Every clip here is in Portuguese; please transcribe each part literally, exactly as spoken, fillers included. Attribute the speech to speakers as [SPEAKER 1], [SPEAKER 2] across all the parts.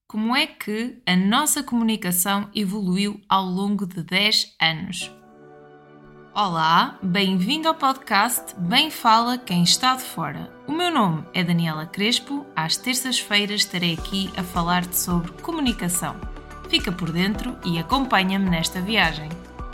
[SPEAKER 1] Como é que a nossa comunicação evoluiu ao longo de dez anos? Olá, bem-vindo ao podcast Bem Fala Quem Está de Fora. O meu nome é Daniela Crespo, às terças-feiras estarei aqui a falar-te sobre comunicação. Fica por dentro e acompanha-me nesta viagem.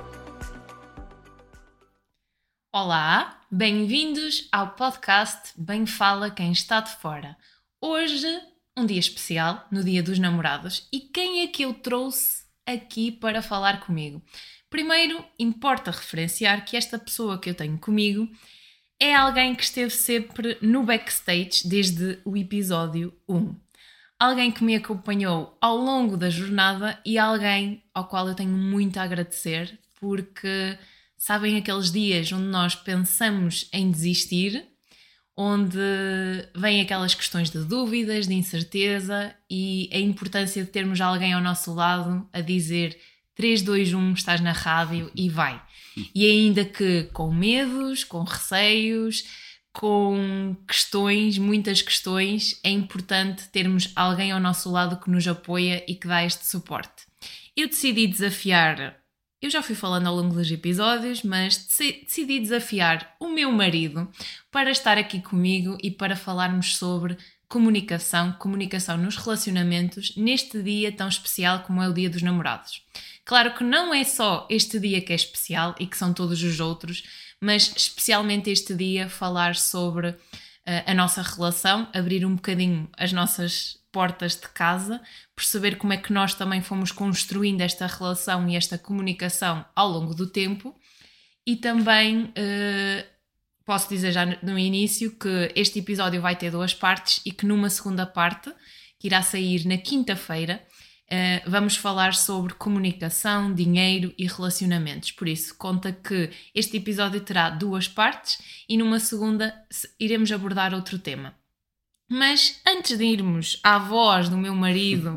[SPEAKER 1] Olá, bem-vindos ao podcast Bem Fala Quem Está de Fora. Hoje, um dia especial, no Dia dos Namorados. E quem é que eu trouxe aqui para falar comigo? Primeiro, importa referenciar que esta pessoa que eu tenho comigo é alguém que esteve sempre no backstage desde o episódio um. Alguém que me acompanhou ao longo da jornada e alguém ao qual eu tenho muito a agradecer, porque sabem aqueles dias onde nós pensamos em desistir, onde vêm aquelas questões de dúvidas, de incerteza e a importância de termos alguém ao nosso lado a dizer três, dois, um, estás na rádio e vai. E ainda que com medos, com receios, com questões, muitas questões, é importante termos alguém ao nosso lado que nos apoia e que dá este suporte. Eu decidi desafiar, eu já fui falando ao longo dos episódios, mas decidi desafiar o meu marido para estar aqui comigo e para falarmos sobre comunicação, comunicação nos relacionamentos, neste dia tão especial como é o Dia dos Namorados. Claro que não é só este dia que é especial e que são todos os outros, mas especialmente este dia falar sobre uh, a nossa relação, abrir um bocadinho as nossas portas de casa, perceber como é que nós também fomos construindo esta relação e esta comunicação ao longo do tempo e também uh, posso dizer já no início que este episódio vai ter duas partes e que numa segunda parte, que irá sair na quinta-feira, Uh, vamos falar sobre comunicação, dinheiro e relacionamentos. Por isso, conta que este episódio terá duas partes e numa segunda iremos abordar outro tema. Mas antes de irmos à voz do meu marido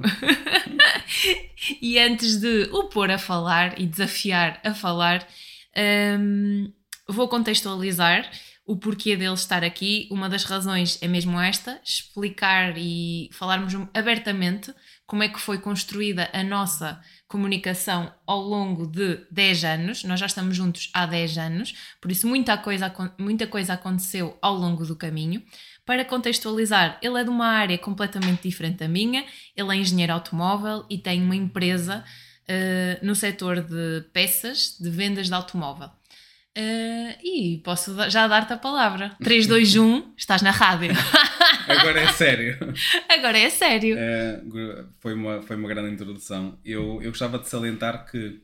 [SPEAKER 1] e antes de o pôr a falar e desafiar a falar, um, vou contextualizar o porquê dele estar aqui. Uma das razões é mesmo esta, explicar e falarmos abertamente como é que foi construída a nossa comunicação ao longo de dez anos. Nós já estamos juntos há dez anos, por isso muita coisa, muita coisa aconteceu ao longo do caminho. Para contextualizar, ele é de uma área completamente diferente da minha, ele é engenheiro automóvel e tem uma empresa uh, no setor de peças, de vendas de automóvel. Uh, e posso já dar-te a palavra. três, dois, um, estás na rádio.
[SPEAKER 2] Agora é sério.
[SPEAKER 1] Agora é sério.
[SPEAKER 2] É, foi, uma, foi uma grande introdução. Eu, eu gostava de salientar que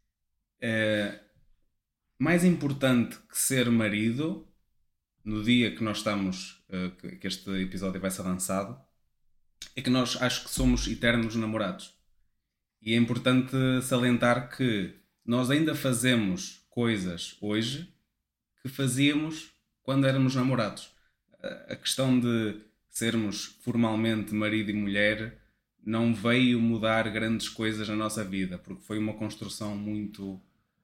[SPEAKER 2] é mais importante que ser marido, no dia que nós estamos, que este episódio vai ser lançado, é que nós acho que somos eternos namorados. E é importante salientar que nós ainda fazemos coisas hoje que fazíamos quando éramos namorados. A questão de sermos formalmente marido e mulher não veio mudar grandes coisas na nossa vida, porque foi uma construção muito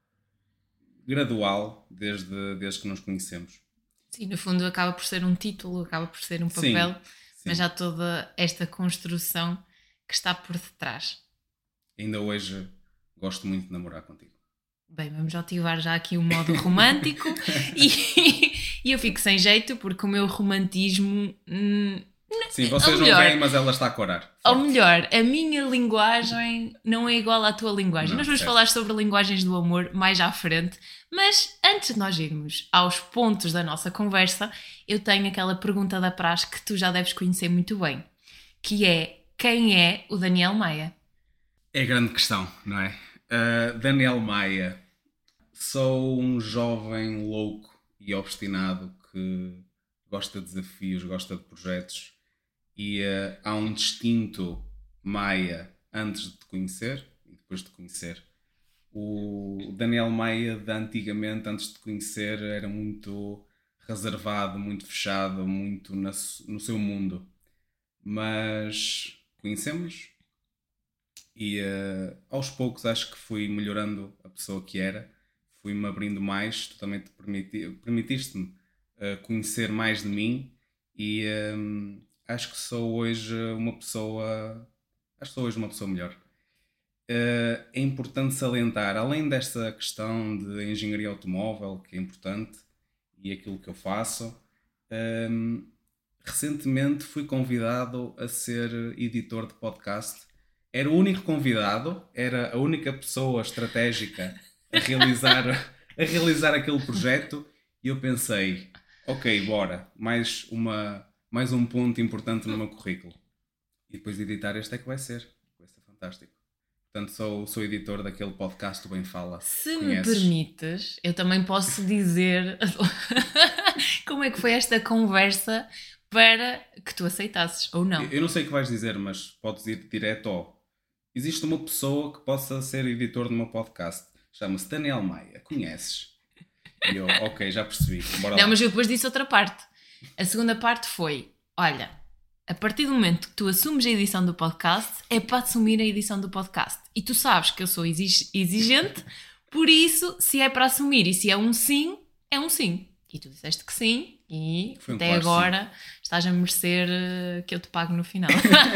[SPEAKER 2] gradual desde, desde que nos conhecemos.
[SPEAKER 1] Sim, no fundo acaba por ser um título, acaba por ser um papel, sim, sim. Mas há toda esta construção que está por detrás.
[SPEAKER 2] Ainda hoje gosto muito de namorar contigo.
[SPEAKER 1] Bem, vamos ativar já aqui o modo romântico e, e eu fico sem jeito porque o meu romantismo... Hum,
[SPEAKER 2] sim, vocês melhor, não veem, mas ela está a corar. Forte.
[SPEAKER 1] Ou melhor, a minha linguagem não é igual à tua linguagem. Não, Nós vamos certo. falar sobre linguagens do amor mais à frente, mas antes de nós irmos aos pontos da nossa conversa, eu tenho aquela pergunta da praxe que tu já deves conhecer muito bem, que é: quem é o Daniel Maia?
[SPEAKER 2] É grande questão, não é? Uh, Daniel Maia, sou um jovem louco e obstinado que gosta de desafios, gosta de projetos e uh, há um distinto Maia antes de te conhecer e depois de te conhecer. O Daniel Maia de antigamente, antes de te conhecer, era muito reservado, muito fechado, muito na, no seu mundo, mas conhecemos. E uh, aos poucos acho que fui melhorando a pessoa que era, fui-me abrindo mais, tu também te permiti, permitiste-me uh, conhecer mais de mim e um, acho que sou hoje uma pessoa acho que sou hoje uma pessoa melhor. Uh, é importante salientar, além desta questão de engenharia automóvel, que é importante, e aquilo que eu faço, um, recentemente fui convidado a ser editor de podcast. Era o único convidado, era a única pessoa estratégica a realizar, a realizar aquele projeto, e eu pensei, ok, bora, mais, uma, mais um ponto importante no meu currículo. E depois de editar este é que vai ser, vai ser fantástico. Portanto, sou, sou editor daquele podcast do Bem Fala.
[SPEAKER 1] Se
[SPEAKER 2] Conheces?
[SPEAKER 1] me permites, eu também posso dizer como é que foi esta conversa para que tu aceitasses, ou não.
[SPEAKER 2] Eu, eu não sei o que vais dizer, mas podes ir direto ao... Existe uma pessoa que possa ser editor do meu podcast. Chama-se Daniel Maia. Conheces? E eu, ok, já percebi. Bora
[SPEAKER 1] não,
[SPEAKER 2] lá.
[SPEAKER 1] mas eu depois disse outra parte. A segunda parte foi, olha... A partir do momento que tu assumes a edição do podcast, é para assumir a edição do podcast. E tu sabes que eu sou exigente, por isso, se é para assumir e se é um sim, é um sim. E tu disseste que sim, e
[SPEAKER 2] Foi um
[SPEAKER 1] até
[SPEAKER 2] claro
[SPEAKER 1] agora
[SPEAKER 2] sim.
[SPEAKER 1] Estás a merecer uh, que eu te pague no final.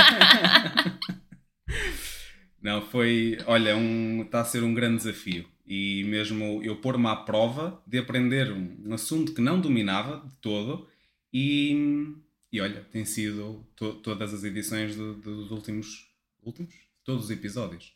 [SPEAKER 2] Não, foi... Olha, um, está a ser um grande desafio. E mesmo eu pôr-me à prova de aprender um, um assunto que não dominava de todo e... E olha, tem sido to- todas as edições do, do, dos últimos... Últimos? Todos os episódios.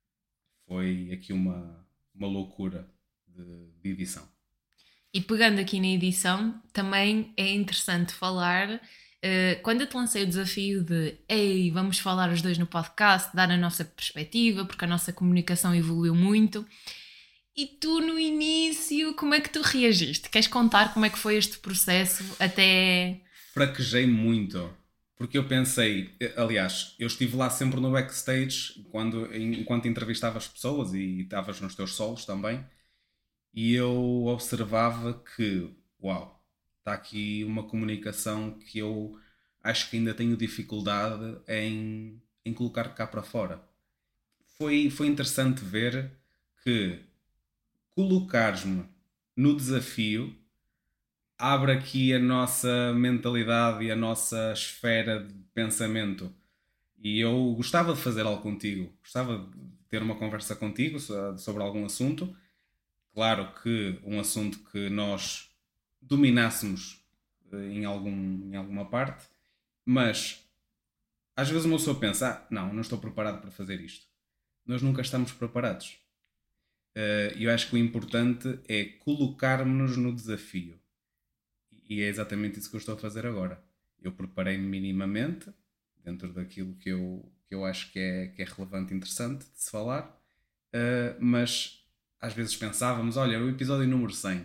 [SPEAKER 2] Foi aqui uma, uma loucura de, de edição.
[SPEAKER 1] E pegando aqui na edição, também é interessante falar... Uh, quando eu te lancei o desafio de ei, vamos falar os dois no podcast, dar a nossa perspectiva, porque a nossa comunicação evoluiu muito... E tu, no início, como é que tu reagiste? Queres contar como é que foi este processo até...
[SPEAKER 2] Fraquejei muito, porque eu pensei, aliás, eu estive lá sempre no backstage quando, enquanto entrevistava as pessoas e estavas nos teus solos também, e eu observava que, uau, está aqui uma comunicação que eu acho que ainda tenho dificuldade em, em colocar cá para fora. Foi, foi interessante ver que colocares-me no desafio abre aqui a nossa mentalidade e a nossa esfera de pensamento. E eu gostava de fazer algo contigo. Gostava de ter uma conversa contigo sobre algum assunto. Claro que um assunto que nós dominássemos em, algum, em alguma parte. Mas às vezes uma pessoa pensa, ah, não, não estou preparado para fazer isto. Nós nunca estamos preparados. E eu acho que o importante é colocarmos-nos no desafio. E é exatamente isso que eu estou a fazer agora. Eu preparei-me minimamente, dentro daquilo que eu, que eu acho que é, que é relevante e interessante de se falar, uh, mas às vezes pensávamos, olha, o episódio número cem.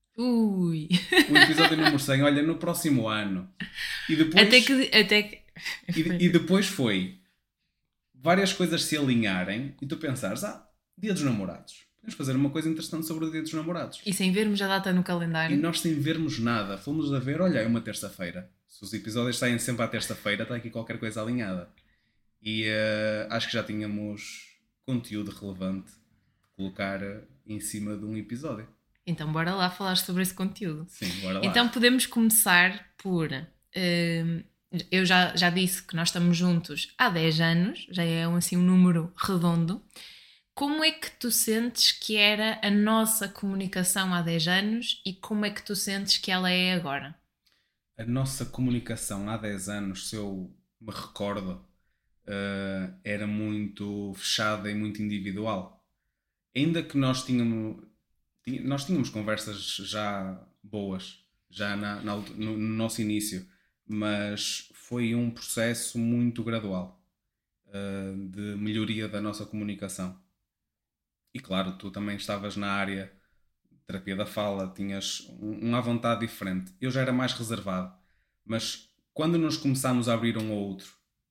[SPEAKER 1] Ui!
[SPEAKER 2] O episódio número cem, olha, no próximo ano. E depois...
[SPEAKER 1] Até que... Até que...
[SPEAKER 2] E, e depois foi várias coisas se alinharem e tu pensares, ah, Dia dos Namorados. Podemos fazer uma coisa interessante sobre o Dia dos Namorados.
[SPEAKER 1] E sem vermos a data no calendário.
[SPEAKER 2] E nós sem vermos nada. Fomos a ver, olha, é uma terça-feira. Se os episódios saem sempre à terça-feira, está aqui qualquer coisa alinhada. E uh, acho que já tínhamos conteúdo relevante de colocar em cima de um episódio.
[SPEAKER 1] Então bora lá falar sobre esse conteúdo.
[SPEAKER 2] Sim, bora lá.
[SPEAKER 1] Então podemos começar por... Uh, eu já, já disse que nós estamos juntos há dez anos. Já é um, assim, um número redondo. Como é que tu sentes que era a nossa comunicação há dez anos e como é que tu sentes que ela é agora?
[SPEAKER 2] A nossa comunicação há dez anos, se eu me recordo, uh, era muito fechada e muito individual. Ainda que nós tínhamos, nós tínhamos conversas já boas, já na, na, no, no nosso início, mas foi um processo muito gradual uh, de melhoria da nossa comunicação. E claro, tu também estavas na área de terapia da fala, tinhas um, um à vontade diferente. Eu já era mais reservado. Mas quando nos começámos a abrir um ao outro,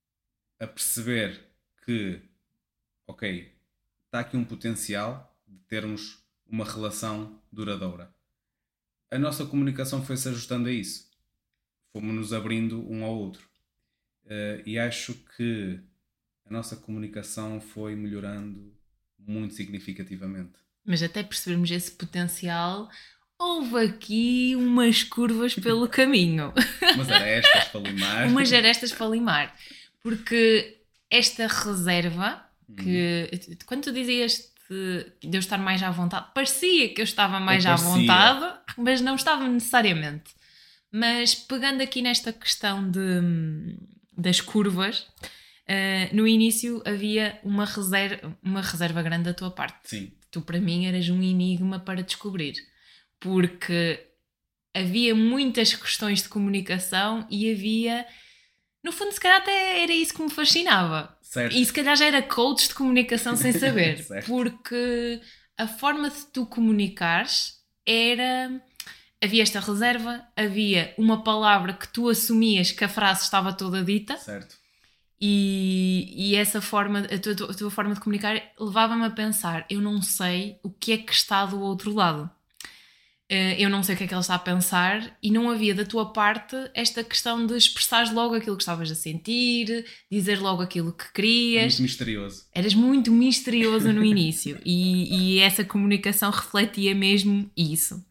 [SPEAKER 2] a perceber que, ok, está aqui um potencial de termos uma relação duradoura. A nossa comunicação foi-se ajustando a isso. Fomos-nos abrindo um ao outro. Uh, e acho que a nossa comunicação foi melhorando muito significativamente.
[SPEAKER 1] Mas até percebermos esse potencial, houve aqui umas curvas pelo caminho.
[SPEAKER 2] Umas arestas para limar.
[SPEAKER 1] Umas arestas para limar. Porque esta reserva que, hum. quando tu dizias de, de eu estar mais à vontade, parecia que eu estava mais eu à parecia. vontade, mas não estava necessariamente. Mas pegando aqui nesta questão de, das curvas, uh, no início havia uma reserva, uma reserva grande da tua parte.
[SPEAKER 2] Sim.
[SPEAKER 1] Tu para mim eras um enigma para descobrir, porque havia muitas questões de comunicação e havia, no fundo, se calhar até era isso que me fascinava.
[SPEAKER 2] Certo.
[SPEAKER 1] E se calhar já era coach de comunicação sem saber, porque a forma de tu comunicares era... Havia esta reserva, havia uma palavra que tu assumias que a frase estava toda dita.
[SPEAKER 2] Certo.
[SPEAKER 1] E, e essa forma, a tua, a tua forma de comunicar levava-me a pensar, eu não sei o que é que está do outro lado. Eu não sei o que é que ele está a pensar e não havia da tua parte esta questão de expressares logo aquilo que estavas a sentir, dizer logo aquilo que querias.
[SPEAKER 2] Muito misterioso.
[SPEAKER 1] Eras muito misterioso no início e, e essa comunicação refletia mesmo isso.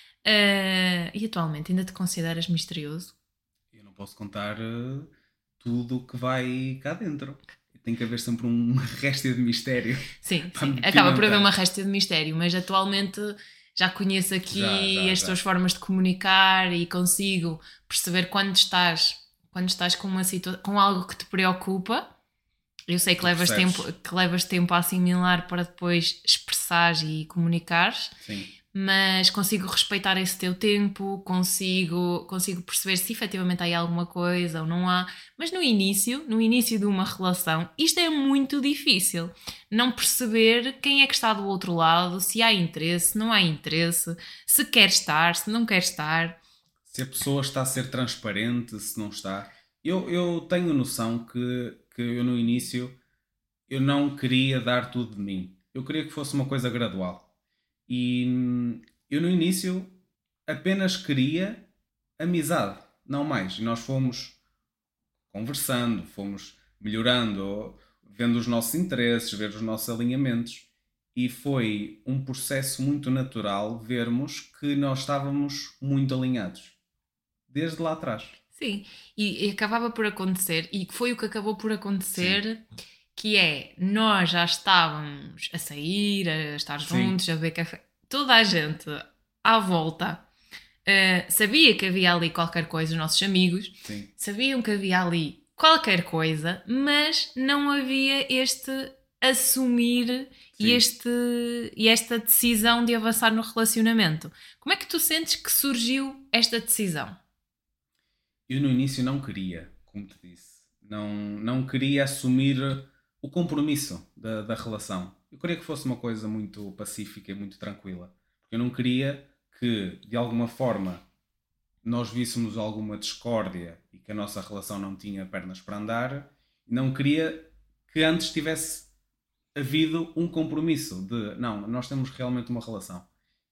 [SPEAKER 1] Uh, e atualmente ainda te consideras misterioso?
[SPEAKER 2] Eu não posso contar uh, tudo o que vai cá dentro. Tem que haver sempre um resto de mistério.
[SPEAKER 1] Sim, sim. Acaba por haver uma resta de mistério, mas atualmente já conheço aqui já, já, as já. tuas formas de comunicar e consigo perceber quando estás, quando estás com, uma situa- com algo que te preocupa. Eu sei que levas, tempo, que levas tempo a assimilar para depois expressares e comunicares.
[SPEAKER 2] Sim.
[SPEAKER 1] Mas consigo respeitar esse teu tempo, consigo, consigo perceber se efetivamente há alguma coisa ou não há. Mas no início, no início de uma relação, isto é muito difícil. Não perceber quem é que está do outro lado, se há interesse, se não há interesse, se quer estar, se não quer estar.
[SPEAKER 2] Se a pessoa está a ser transparente, se não está. Eu, eu tenho noção que, que eu no início eu não queria dar tudo de mim. Eu queria que fosse uma coisa gradual. E eu no início apenas queria amizade, não mais. E nós fomos conversando, fomos melhorando, vendo os nossos interesses, ver os nossos alinhamentos. E foi um processo muito natural vermos que nós estávamos muito alinhados. Desde lá atrás.
[SPEAKER 1] Sim, e, e acabava por acontecer, e foi o que acabou por acontecer... Sim. Que é, nós já estávamos a sair, a estar juntos, Sim. a beber café. Toda a gente à volta uh, sabia que havia ali qualquer coisa, os nossos amigos
[SPEAKER 2] Sim.
[SPEAKER 1] sabiam que havia ali qualquer coisa, mas não havia este assumir e, este, e esta decisão de avançar no relacionamento. Como é que tu sentes que surgiu esta decisão?
[SPEAKER 2] Eu no início não queria, como te disse. Não, não queria assumir... o compromisso da, da relação. Eu queria que fosse uma coisa muito pacífica e muito tranquila. Porque eu não queria que, de alguma forma, nós víssemos alguma discórdia e que a nossa relação não tinha pernas para andar. Não queria que antes tivesse havido um compromisso de, não, nós temos realmente uma relação.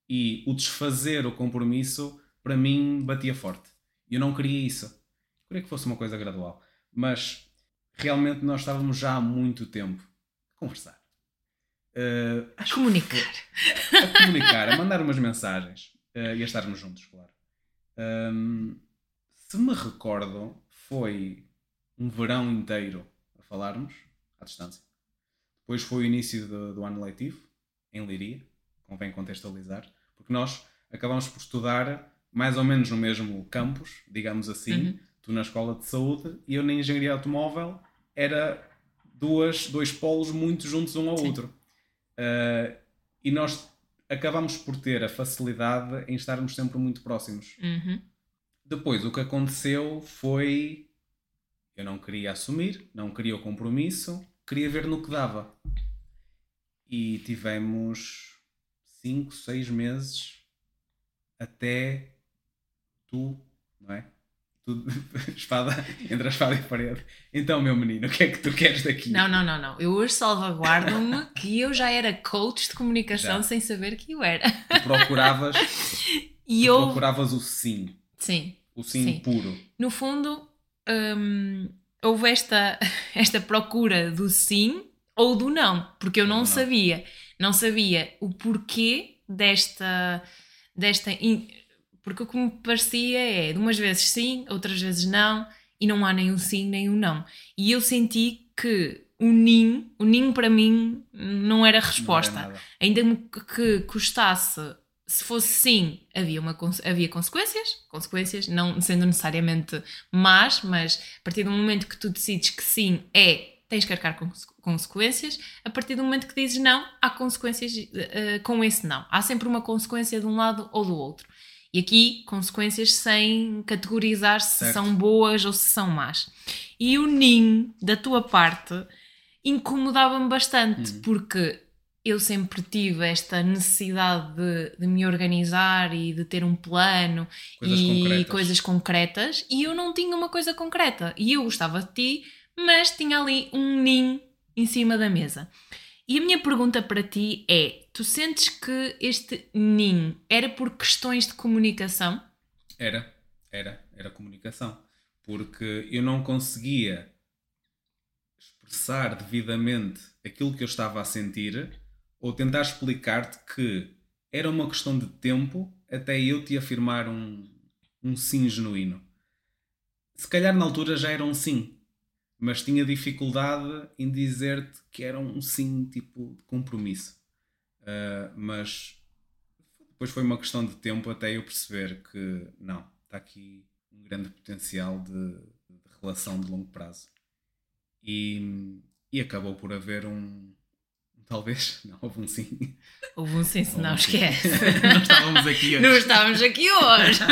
[SPEAKER 2] E o desfazer o compromisso, para mim, batia forte. E eu não queria isso. Eu queria que fosse uma coisa gradual. Mas... realmente nós estávamos já há muito tempo a conversar. Uh,
[SPEAKER 1] a comunicar.
[SPEAKER 2] Foi, a comunicar, a mandar umas mensagens. Uh, e a estarmos juntos, claro. Um, se me recordo, foi um verão inteiro a falarmos, à distância. Depois foi o início do, do ano letivo, em Leiria. Convém contextualizar. Porque nós acabamos por estudar mais ou menos no mesmo campus, digamos assim. Uhum. Tu na escola de saúde e eu na engenharia automóvel. Era duas, dois polos muito juntos um ao Sim. outro. Uh, e nós acabamos por ter a facilidade em estarmos sempre muito próximos.
[SPEAKER 1] Uhum.
[SPEAKER 2] Depois, o que aconteceu foi... eu não queria assumir, não queria o compromisso, queria ver no que dava. E tivemos cinco, seis meses até tu, não é? Espada, entre a espada e a parede. Então, meu menino, o que é que tu queres daqui?
[SPEAKER 1] Não, não, não, não. Eu hoje salvaguardo-me que eu já era coach de comunicação já. Sem saber que eu era.
[SPEAKER 2] Tu procuravas,
[SPEAKER 1] e
[SPEAKER 2] tu
[SPEAKER 1] eu...
[SPEAKER 2] procuravas o sim.
[SPEAKER 1] Sim.
[SPEAKER 2] O sim, sim. puro.
[SPEAKER 1] No fundo, hum, houve esta, esta procura do sim ou do não, porque eu não, não sabia. Não sabia o porquê desta... desta in... Porque o que me parecia é, de umas vezes sim, outras vezes não, e não há nem um sim nem um não. E eu senti que o nin, o nin para mim não era a resposta.
[SPEAKER 2] Não era nada.
[SPEAKER 1] Ainda que custasse, se fosse sim, havia, uma, havia consequências, consequências, não sendo necessariamente más, mas a partir do momento que tu decides que sim é, tens que arcar com consequências, a partir do momento que dizes não, há consequências uh, com esse não. Há sempre uma consequência de um lado ou do outro. E aqui, consequências sem categorizar se
[SPEAKER 2] Certo.
[SPEAKER 1] são boas ou se são más. E o nin, da tua parte, incomodava-me bastante,
[SPEAKER 2] Hum.
[SPEAKER 1] porque eu sempre tive esta necessidade de, de me organizar e de ter um plano
[SPEAKER 2] Coisas
[SPEAKER 1] e
[SPEAKER 2] concretas.
[SPEAKER 1] coisas concretas, e eu não tinha uma coisa concreta. E eu gostava de ti, mas tinha ali um nin em cima da mesa. E a minha pergunta para ti é, tu sentes que este nin era por questões de comunicação?
[SPEAKER 2] Era, era, era comunicação. Porque eu não conseguia expressar devidamente aquilo que eu estava a sentir ou tentar explicar-te que era uma questão de tempo até eu te afirmar um, um sim genuíno. Se calhar na altura já era um sim, mas tinha dificuldade em dizer-te que era um sim tipo de compromisso. Uh, mas depois foi uma questão de tempo até eu perceber que não, está aqui um grande potencial de, de relação de longo prazo. E, e acabou por haver um... Talvez, não, houve um sim.
[SPEAKER 1] Houve um sim, se não
[SPEAKER 2] um
[SPEAKER 1] esquece.
[SPEAKER 2] Não estávamos aqui hoje.
[SPEAKER 1] Não estávamos aqui hoje.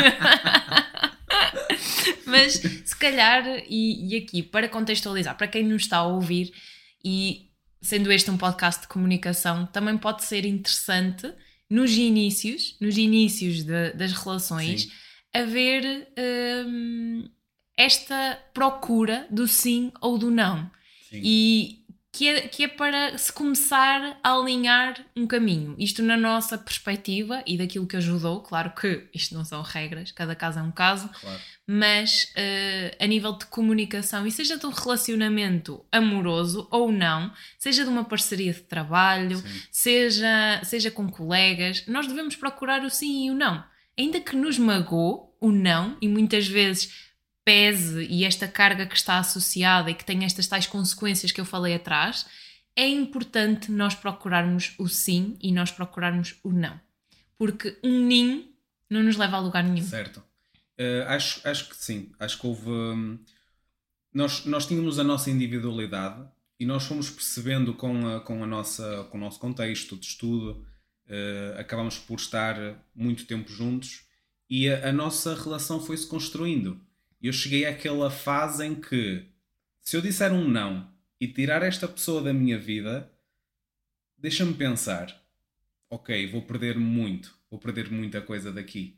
[SPEAKER 1] Mas se calhar, e, e aqui para contextualizar, para quem nos está a ouvir, e sendo este um podcast de comunicação, também pode ser interessante nos inícios, nos inícios de, das relações,
[SPEAKER 2] Sim.
[SPEAKER 1] haver hum, esta procura do sim ou do não.
[SPEAKER 2] Sim.
[SPEAKER 1] E que é, que é para se começar a alinhar um caminho. Isto na nossa perspectiva e daquilo que ajudou. Claro que isto não são regras, cada caso é um caso.
[SPEAKER 2] Claro.
[SPEAKER 1] Mas uh, a nível de comunicação, e seja de um relacionamento amoroso ou não, seja de uma parceria de trabalho, seja, seja com colegas, nós devemos procurar o sim e o não. Ainda que nos magoe o não, e muitas vezes pese e esta carga que está associada e que tem estas tais consequências que eu falei atrás, é importante nós procurarmos o sim e nós procurarmos o não. Porque um nim não nos leva a lugar nenhum.
[SPEAKER 2] Certo. Uh, acho, acho que sim. Acho que houve... Hum, nós, nós tínhamos a nossa individualidade e nós fomos percebendo com, a, com, a nossa, com o nosso contexto de estudo, uh, acabamos por estar muito tempo juntos e a, a nossa relação foi-se construindo. Eu cheguei àquela fase em que, se eu disser um não e tirar esta pessoa da minha vida, deixa-me pensar. Ok, vou perder muito. Vou perder muita coisa daqui.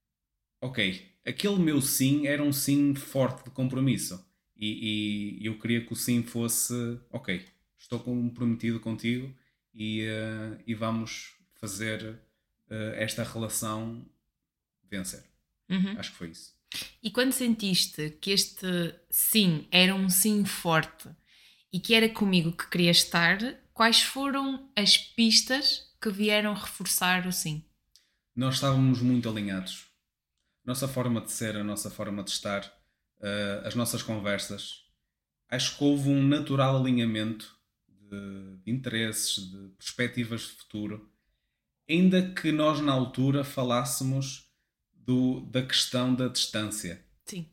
[SPEAKER 2] Ok, aquele meu sim era um sim forte de compromisso. E, e eu queria que o sim fosse... Ok, estou comprometido contigo e, uh, e vamos fazer uh, esta relação vencer.
[SPEAKER 1] Uhum.
[SPEAKER 2] Acho que foi isso.
[SPEAKER 1] E quando sentiste que este sim era um sim forte e que era comigo que querias estar, quais foram as pistas que vieram reforçar o sim?
[SPEAKER 2] Nós estávamos muito alinhados. Nossa forma de ser, a nossa forma de estar, uh, as nossas conversas. Acho que houve um natural alinhamento de, de interesses, de perspectivas de futuro. Ainda que nós na altura falássemos Do, da questão da distância.
[SPEAKER 1] Sim.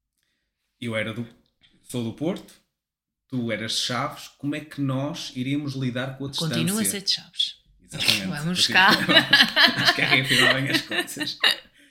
[SPEAKER 2] Eu era do, sou do Porto, tu eras de Chaves, como é que nós iríamos lidar com a distância?
[SPEAKER 1] Continua a ser de Chaves.
[SPEAKER 2] Exatamente.
[SPEAKER 1] Vamos cá.
[SPEAKER 2] Acho que é reafirmar bem as coisas.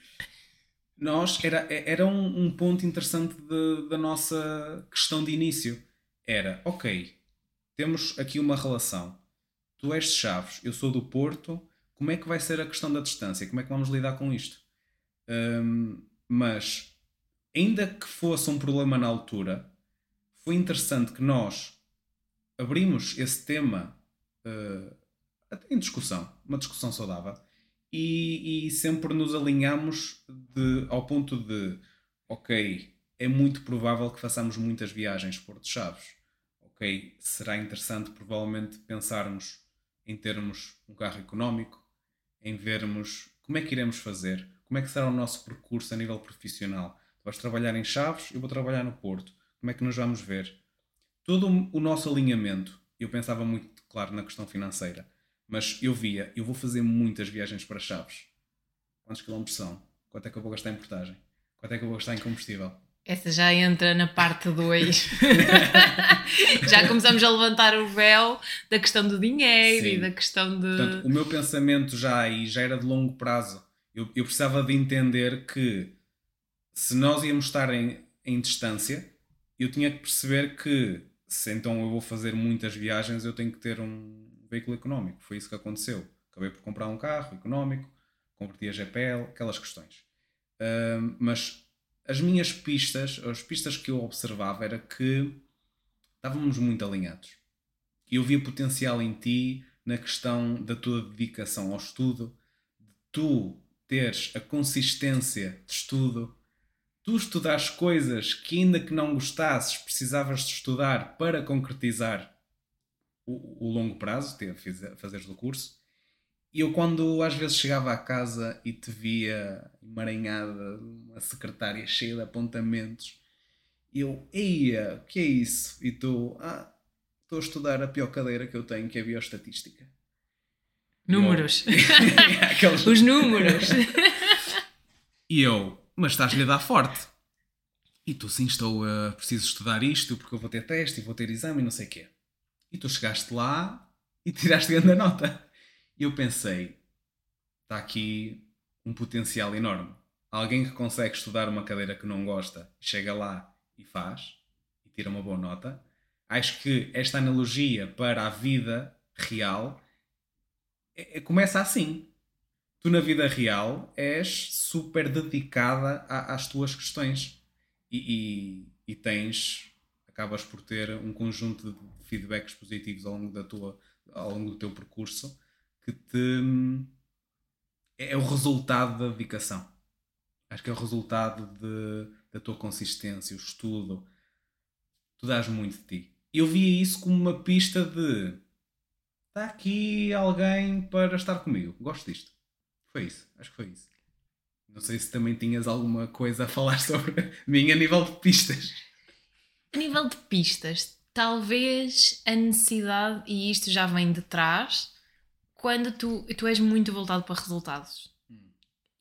[SPEAKER 2] Nós, era, era um, um ponto interessante de, da nossa questão de início. Era, ok, temos aqui uma relação. Tu és de Chaves, eu sou do Porto, como é que vai ser a questão da distância? Como é que vamos lidar com isto? Um, mas ainda que fosse um problema na altura, foi interessante que nós abrimos esse tema uh, até em discussão, uma discussão saudável, e, e sempre nos alinhamos de, ao ponto de ok, é muito provável que façamos muitas viagens Porto de Chaves, ok, será interessante provavelmente pensarmos em termos um carro económico, em vermos como é que iremos fazer, como é que será o nosso percurso a nível profissional. Tu vais trabalhar em Chaves, eu vou trabalhar no Porto. Como é que nos vamos ver? Todo o nosso alinhamento, eu pensava muito, claro, na questão financeira, mas eu via, eu vou fazer muitas viagens para Chaves. Quantos quilómetros são? Quanto é que eu vou gastar em portagem? Quanto é que eu vou gastar em combustível?
[SPEAKER 1] Essa já entra na parte dois. Já começamos a levantar o véu da questão do dinheiro. Sim. E da questão de...
[SPEAKER 2] Portanto, o meu pensamento já aí já era de longo prazo. Eu, eu precisava de entender que se nós íamos estar em, em distância, eu tinha que perceber que se então eu vou fazer muitas viagens, eu tenho que ter um veículo económico. Foi isso que aconteceu. Acabei por comprar um carro económico, converti a G P L, aquelas questões. Uh, mas as minhas pistas, as pistas que eu observava era que estávamos muito alinhados. Eu via potencial em ti na questão da tua dedicação ao estudo, de tu teres a consistência de estudo, tu estudares coisas que ainda que não gostasses, precisavas de estudar para concretizar o, o longo prazo, ter, fazeres o curso. E eu quando às vezes chegava à casa e te via emaranhada, uma secretária cheia de apontamentos, eu, eia, o que é isso? E tu, ah, estou a estudar a pior cadeira que eu tenho, que é a bioestatística.
[SPEAKER 1] Números.
[SPEAKER 2] Eu, aqueles...
[SPEAKER 1] Os números.
[SPEAKER 2] E eu, mas estás-lhe a dar forte. E tu, sim, estou a... preciso estudar isto porque eu vou ter teste e vou ter exame e não sei o quê. E tu chegaste lá e tiraste grande nota. E eu pensei, está aqui um potencial enorme. Alguém que consegue estudar uma cadeira que não gosta, chega lá e faz, e tira uma boa nota. Acho que esta analogia para a vida real é, é, começa assim. Tu na vida real és super dedicada a, às tuas questões. E, e, e tens, acabas por ter um conjunto de feedbacks positivos ao longo, da tua, ao longo do teu percurso que te, é o resultado da dedicação. Acho que é o resultado de, da tua consistência, o estudo. Tu dás muito de ti. Eu via isso como uma pista de está aqui alguém para estar comigo. Gosto disto. Foi isso. Acho que foi isso. Não sei se também tinhas alguma coisa a falar sobre mim a nível de pistas.
[SPEAKER 1] A nível de pistas, talvez a necessidade, e isto já vem de trás, quando tu, tu és muito voltado para resultados. Hum.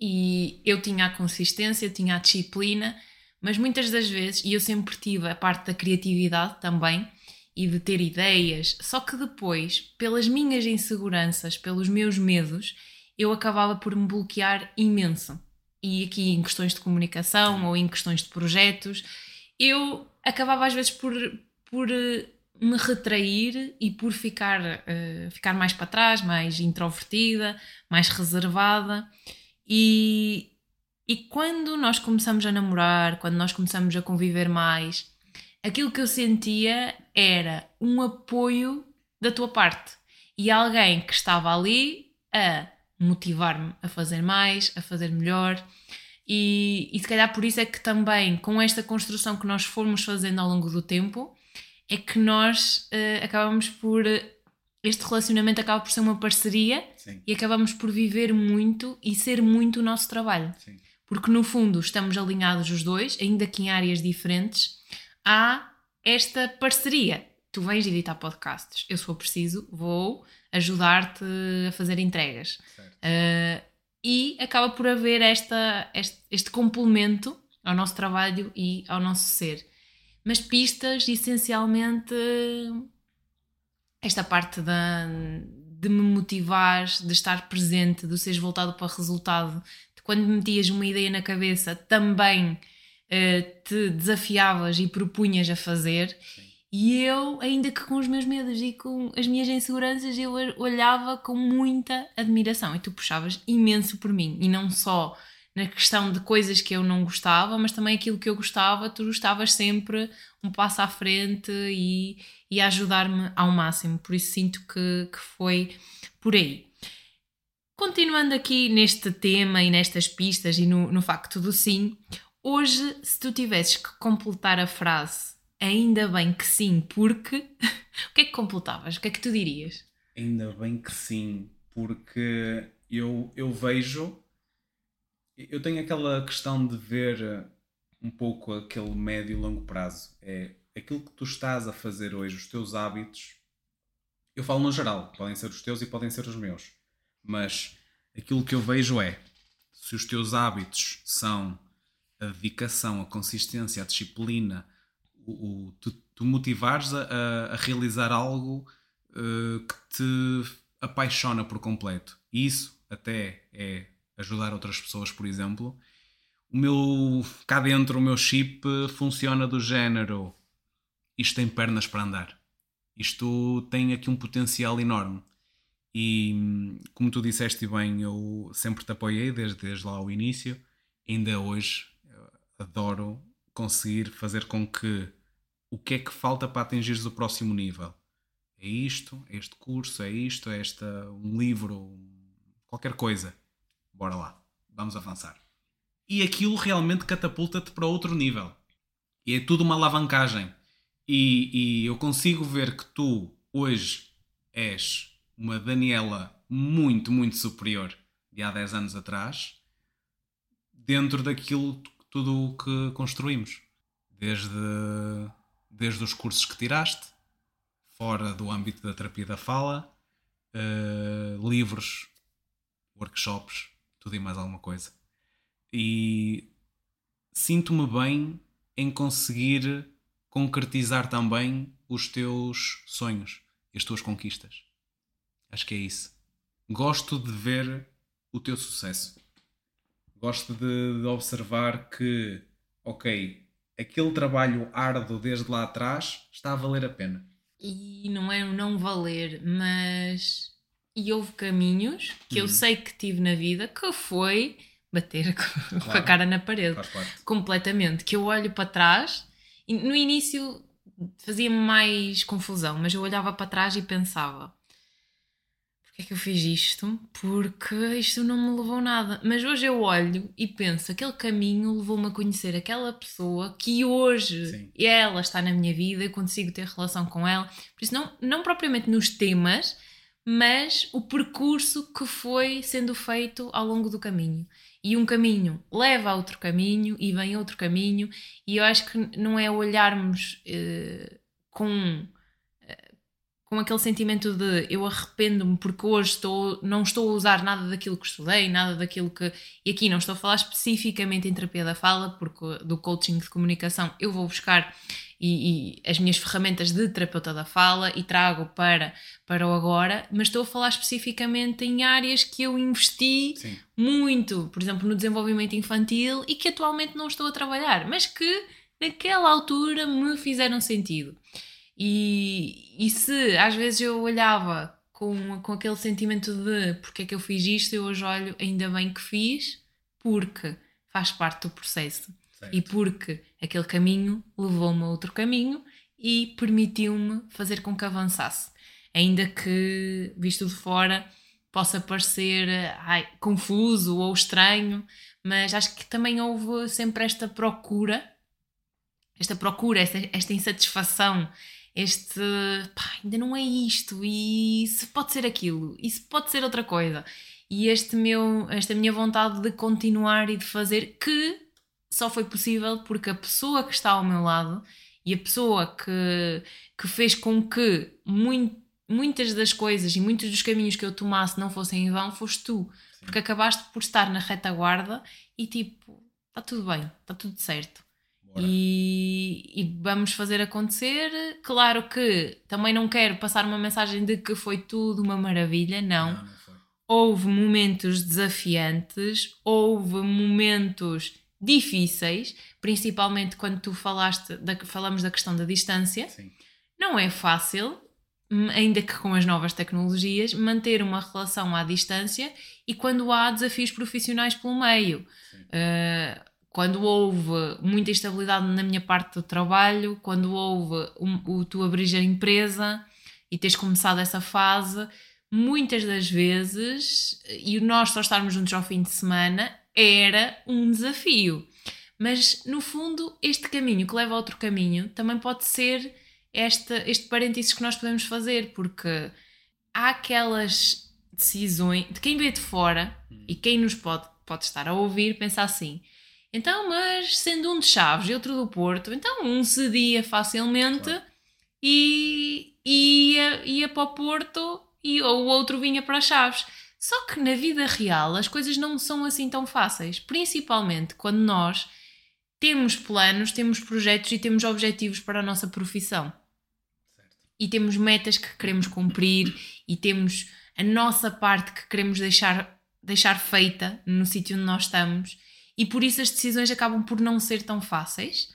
[SPEAKER 1] E eu tinha a consistência, eu tinha a disciplina, mas muitas das vezes, e eu sempre tive a parte da criatividade também, e de ter ideias, só que depois, pelas minhas inseguranças, pelos meus medos, eu acabava por me bloquear imenso. E aqui em questões de comunicação, sim, ou em questões de projetos, eu acabava às vezes por, por me retrair e por ficar, uh, ficar mais para trás, mais introvertida, mais reservada. E, e quando nós começamos a namorar, quando nós começamos a conviver mais, aquilo que eu sentia era um apoio da tua parte. E alguém que estava ali a motivar-me a fazer mais, a fazer melhor. E, e se calhar por isso é que também, com esta construção que nós formos fazendo ao longo do tempo, é que nós uh, acabamos por... Este relacionamento acaba por ser uma parceria. Sim. E acabamos por viver muito e ser muito o nosso trabalho. Sim. Porque no fundo estamos alinhados os dois, ainda que em áreas diferentes, há esta parceria. Tu vens editar podcasts, eu se for preciso vou ajudar-te a fazer entregas. Uh, e acaba por haver esta, este, este complemento ao nosso trabalho e ao nosso ser. Mas pistas, essencialmente, esta parte da, de me motivar, de estar presente, de seres voltado para o resultado, de quando me metias uma ideia na cabeça, também uh, te desafiavas e propunhas a fazer. Sim. E eu, ainda que com os meus medos e com as minhas inseguranças, eu olhava com muita admiração e tu puxavas imenso por mim. E não só na questão de coisas que eu não gostava, mas também aquilo que eu gostava, tu estavas sempre um passo à frente e, e a ajudar-me ao máximo. Por isso sinto que, que foi por aí. Continuando aqui neste tema e nestas pistas e no, no facto do sim, hoje, se tu tivesses que completar a frase ainda bem que sim, porque... o que é que completavas? O que é que tu dirias?
[SPEAKER 2] Ainda bem que sim, porque eu, eu vejo... Eu tenho aquela questão de ver um pouco aquele médio e longo prazo. É aquilo que tu estás a fazer hoje, os teus hábitos. Eu falo no geral, podem ser os teus e podem ser os meus. Mas aquilo que eu vejo é, se os teus hábitos são a dedicação, a consistência, a disciplina, o, o, tu, tu motivares a, a realizar algo uh, que te apaixona por completo. E isso até é ajudar outras pessoas, por exemplo. O meu, cá dentro, o meu chip funciona do género: isto tem pernas para andar. Isto tem aqui um potencial enorme. E como tu disseste bem, eu sempre te apoiei desde, desde lá o início. Ainda hoje adoro conseguir fazer com que o que é que falta para atingires o próximo nível. É isto, é este curso, é isto, é esta, um livro, qualquer coisa. Bora lá, vamos avançar. E aquilo realmente catapulta-te para outro nível. E é tudo uma alavancagem. E, e eu consigo ver que tu hoje és uma Daniela muito, muito superior de há dez anos atrás, dentro daquilo tudo o que construímos. Desde, desde os cursos que tiraste, fora do âmbito da terapia da fala, uh, livros, workshops, tudo e mais alguma coisa. E sinto-me bem em conseguir concretizar também os teus sonhos e as tuas conquistas. Acho que é isso. Gosto de ver o teu sucesso. Gosto de, de observar que, ok, aquele trabalho árduo desde lá atrás está a valer a pena.
[SPEAKER 1] E não é o não valer, mas... E houve caminhos que hum. eu sei que tive na vida, que foi bater com, claro, com a cara na parede. Completamente. Que eu olho para trás e no início fazia-me mais confusão, mas eu olhava para trás e pensava: porquê é que eu fiz isto? Porque isto não me levou a nada. Mas hoje eu olho e penso: aquele caminho levou-me a conhecer aquela pessoa que hoje, sim, ela está na minha vida, eu consigo ter relação com ela. Por isso, não, não propriamente nos temas, mas o percurso que foi sendo feito ao longo do caminho. E um caminho leva a outro caminho e vem outro caminho, e eu acho que não é olharmos eh, com... com aquele sentimento de eu arrependo-me porque hoje estou, não estou a usar nada daquilo que estudei, nada daquilo que... E aqui não estou a falar especificamente em terapia da fala, porque do coaching de comunicação eu vou buscar e, e as minhas ferramentas de terapeuta da fala e trago para, para o agora, mas estou a falar especificamente em áreas que eu investi, sim, muito, por exemplo, no desenvolvimento infantil e que atualmente não estou a trabalhar, mas que naquela altura me fizeram sentido. E, e se às vezes eu olhava com, com aquele sentimento de porque é que eu fiz isto, eu hoje olho, ainda bem que fiz, porque faz parte do processo. Certo. E porque aquele caminho levou-me a outro caminho e permitiu-me fazer com que avançasse. Ainda que, visto de fora, possa parecer ai, confuso ou estranho, mas acho que também houve sempre esta procura, esta procura, esta, esta insatisfação, este, pá, ainda não é isto, e se pode ser aquilo, e se pode ser outra coisa. E este meu, esta minha vontade de continuar e de fazer, que só foi possível porque a pessoa que está ao meu lado e a pessoa que, que fez com que muito, muitas das coisas e muitos dos caminhos que eu tomasse não fossem em vão, foste tu. Sim. Porque acabaste por estar na retaguarda e tipo, está tudo bem, está tudo certo. E, e vamos fazer acontecer. Claro que também não quero passar uma mensagem de que foi tudo uma maravilha, não. Não, não foi. Houve momentos desafiantes, houve momentos difíceis, principalmente quando tu falaste da, falamos da questão da distância. Sim. Não é fácil, ainda que com as novas tecnologias, manter uma relação à distância e quando há desafios profissionais pelo meio. Uh, quando houve muita instabilidade na minha parte do trabalho, quando houve o, o tu abrir a empresa e teres começado essa fase, muitas das vezes, e nós só estarmos juntos ao fim de semana, era um desafio. Mas, no fundo, este caminho que leva a outro caminho também pode ser este, este parênteses que nós podemos fazer, porque há aquelas decisões de quem vê de fora e quem nos pode, pode estar a ouvir, pensa assim: Então, mas sendo um de Chaves e outro do Porto, então um cedia facilmente
[SPEAKER 2] Claro.
[SPEAKER 1] e ia, ia para o Porto e ou o outro vinha para Chaves. Só que na vida real as coisas não são assim tão fáceis, principalmente quando nós temos planos, temos projetos e temos objetivos para a nossa profissão.
[SPEAKER 2] Certo.
[SPEAKER 1] E temos metas que queremos cumprir e temos a nossa parte que queremos deixar, deixar feita no sítio onde nós estamos, e por isso as decisões acabam por não ser tão fáceis,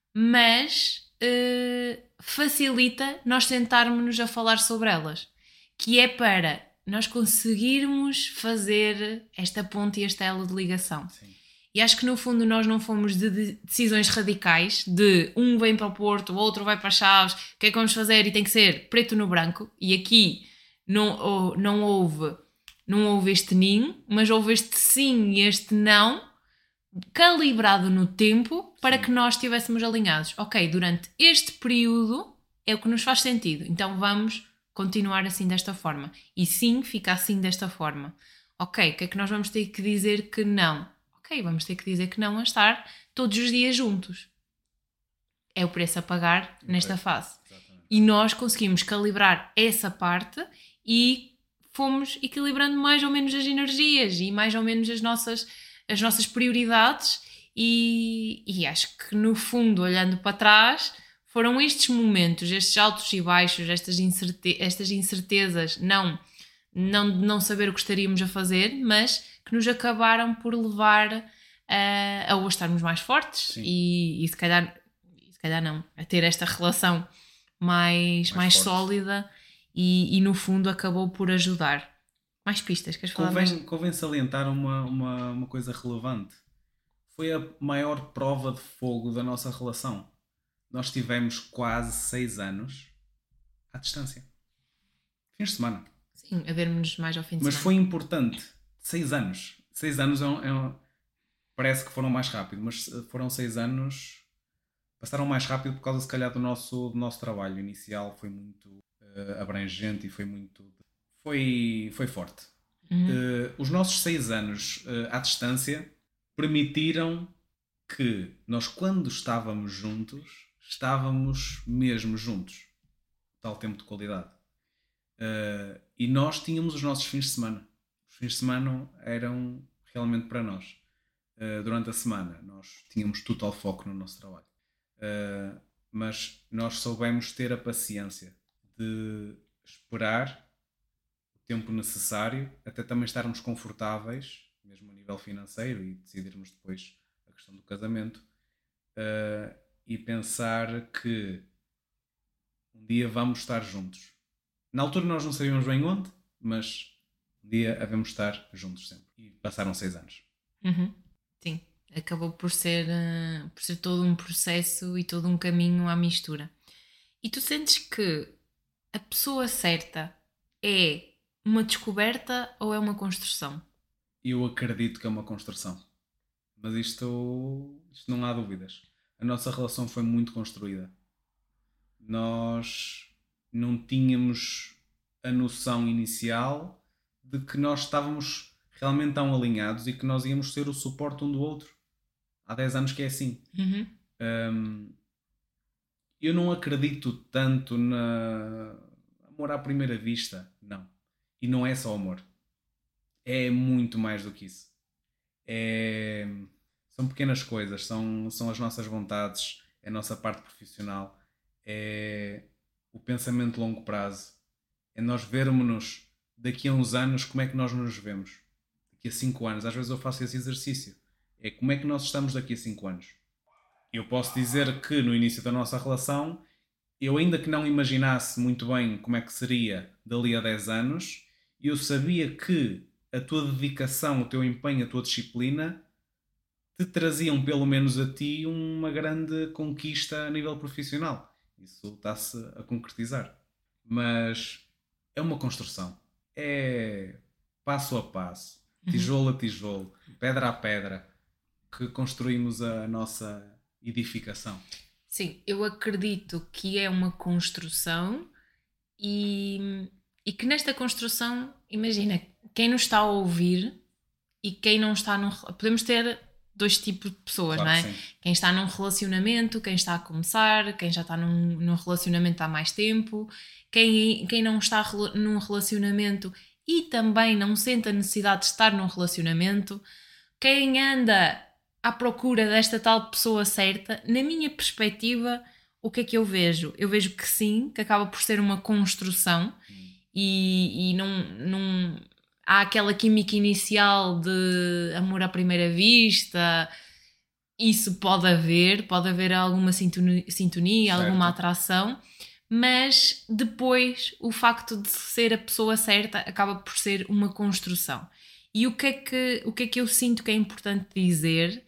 [SPEAKER 1] mas uh, facilita nós sentarmos-nos a falar sobre elas, que é para nós conseguirmos fazer esta ponte e esta ela de ligação.
[SPEAKER 2] Sim.
[SPEAKER 1] E acho que no fundo nós não fomos de decisões radicais, de um vem para o Porto, o outro vai para Chaves, o que é que vamos fazer e tem que ser preto no branco. E aqui não, não, houve, não houve este ninho, mas houve este sim e este não, calibrado no tempo para sim. que nós estivéssemos alinhados. Ok, durante este período é o que nos faz sentido, então vamos continuar assim desta forma. E sim, fica assim desta forma. Ok, o que é que nós vamos ter que dizer que não? Ok, vamos ter que dizer que não a estar todos os dias juntos. É o preço a pagar okay. nesta fase. Exatamente. E nós conseguimos calibrar essa parte e fomos equilibrando mais ou menos as energias e mais ou menos as nossas, as nossas prioridades e, e acho que no fundo, olhando para trás, foram estes momentos, estes altos e baixos, estas, incerte- estas incertezas, não, não, não saber o que estaríamos a fazer, mas que nos acabaram por levar a, a hoje estarmos mais fortes e, e se calhar, se calhar não, a ter esta relação mais, mais, mais sólida e, e no fundo acabou por ajudar. Mais pistas, queres falar
[SPEAKER 2] convém,
[SPEAKER 1] mais?
[SPEAKER 2] Convém salientar uma, uma, uma coisa relevante. Foi a maior prova de fogo da nossa relação. Nós tivemos quase seis anos à distância. Fins de semana.
[SPEAKER 1] Sim, a vermos mais ao fim de
[SPEAKER 2] Mas
[SPEAKER 1] semana. Mas
[SPEAKER 2] foi importante. Seis anos. Seis anos é um, é um, parece que foram mais rápido, mas foram seis anos... Passaram mais rápido por causa, se calhar, do nosso, do nosso trabalho inicial. Foi muito uh, abrangente e foi muito... Foi, foi forte. Uhum. Uh, os nossos seis anos uh, à distância permitiram que nós, quando estávamos juntos, estávamos mesmo juntos. Tal tempo de qualidade. Uh, e nós tínhamos os nossos fins de semana. Os fins de semana eram realmente para nós. Uh, durante a semana nós tínhamos total foco no nosso trabalho. Uh, mas nós soubemos ter a paciência de esperar o tempo necessário até também estarmos confortáveis, mesmo a nível financeiro, e decidirmos depois a questão do casamento, uh, e pensar que um dia vamos estar juntos. Na altura nós não sabíamos bem onde, mas um dia havemos estar juntos sempre. E passaram seis anos.
[SPEAKER 1] Uhum. Sim, acabou por ser, uh, por ser todo um processo e todo um caminho à mistura. E tu sentes que a pessoa certa é uma descoberta ou é uma construção?
[SPEAKER 2] Eu acredito que é uma construção. Mas isto, isto não há dúvidas. A nossa relação foi muito construída. Nós não tínhamos a noção inicial de que nós estávamos realmente tão alinhados e que nós íamos ser o suporte um do outro. Há dez anos que é assim.
[SPEAKER 1] Uhum.
[SPEAKER 2] Um, eu não acredito tanto na amor à primeira vista, não. E não é só amor. É muito mais do que isso. É... São pequenas coisas, são, são as nossas vontades, é a nossa parte profissional, é o pensamento de longo prazo, é nós vermos-nos daqui a uns anos como é que nós nos vemos. Daqui a cinco anos, às vezes eu faço esse exercício. É como é que nós estamos daqui a cinco anos. Eu posso dizer que no início da nossa relação, eu ainda que não imaginasse muito bem como é que seria dali a dez anos, eu sabia que a tua dedicação, o teu empenho, a tua disciplina te traziam pelo menos a ti uma grande conquista a nível profissional. Isso está-se a concretizar. Mas é uma construção. É passo a passo, tijolo a tijolo, pedra a pedra, que construímos a nossa edificação.
[SPEAKER 1] Sim, eu acredito que é uma construção e, e que nesta construção, imagina, quem nos está a ouvir e quem não está no... Podemos ter dois tipos de pessoas,
[SPEAKER 2] Claro
[SPEAKER 1] não é?
[SPEAKER 2] que sim.
[SPEAKER 1] Quem está num relacionamento, quem está a começar, quem já está num, num relacionamento há mais tempo, quem, quem não está num relacionamento e também não sente a necessidade de estar num relacionamento, quem anda à procura desta tal pessoa certa. Na minha perspectiva, o que é que eu vejo? Eu vejo que sim, que acaba por ser uma construção
[SPEAKER 2] Hum.
[SPEAKER 1] e, e não, não há aquela química inicial de amor à primeira vista. Isso pode haver, pode haver alguma sintonia, sintonia alguma atração, mas depois o facto de ser a pessoa certa acaba por ser uma construção. E o que é que, o que, é que eu sinto que é importante dizer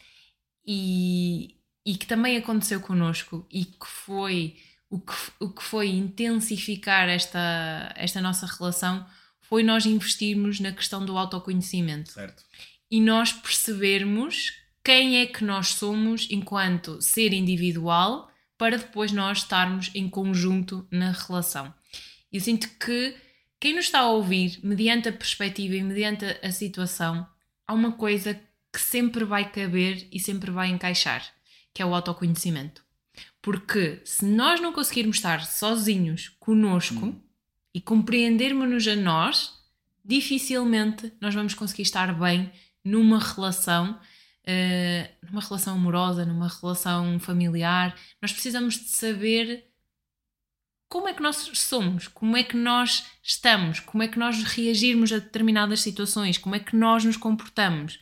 [SPEAKER 1] e, e que também aconteceu connosco e que foi o que, o que foi intensificar esta, esta nossa relação foi nós investirmos na questão do autoconhecimento.
[SPEAKER 2] Certo.
[SPEAKER 1] E nós percebermos quem é que nós somos enquanto ser individual para depois nós estarmos em conjunto na relação. Eu sinto que quem nos está a ouvir, mediante a perspectiva e mediante a situação, há uma coisa que sempre vai caber e sempre vai encaixar, que é o autoconhecimento. Porque se nós não conseguirmos estar sozinhos connosco hum. e compreendermos-nos a nós, dificilmente nós vamos conseguir estar bem numa relação, uh, numa relação amorosa, numa relação familiar. Nós precisamos de saber como é que nós somos, como é que nós estamos, como é que nós reagirmos a determinadas situações, como é que nós nos comportamos.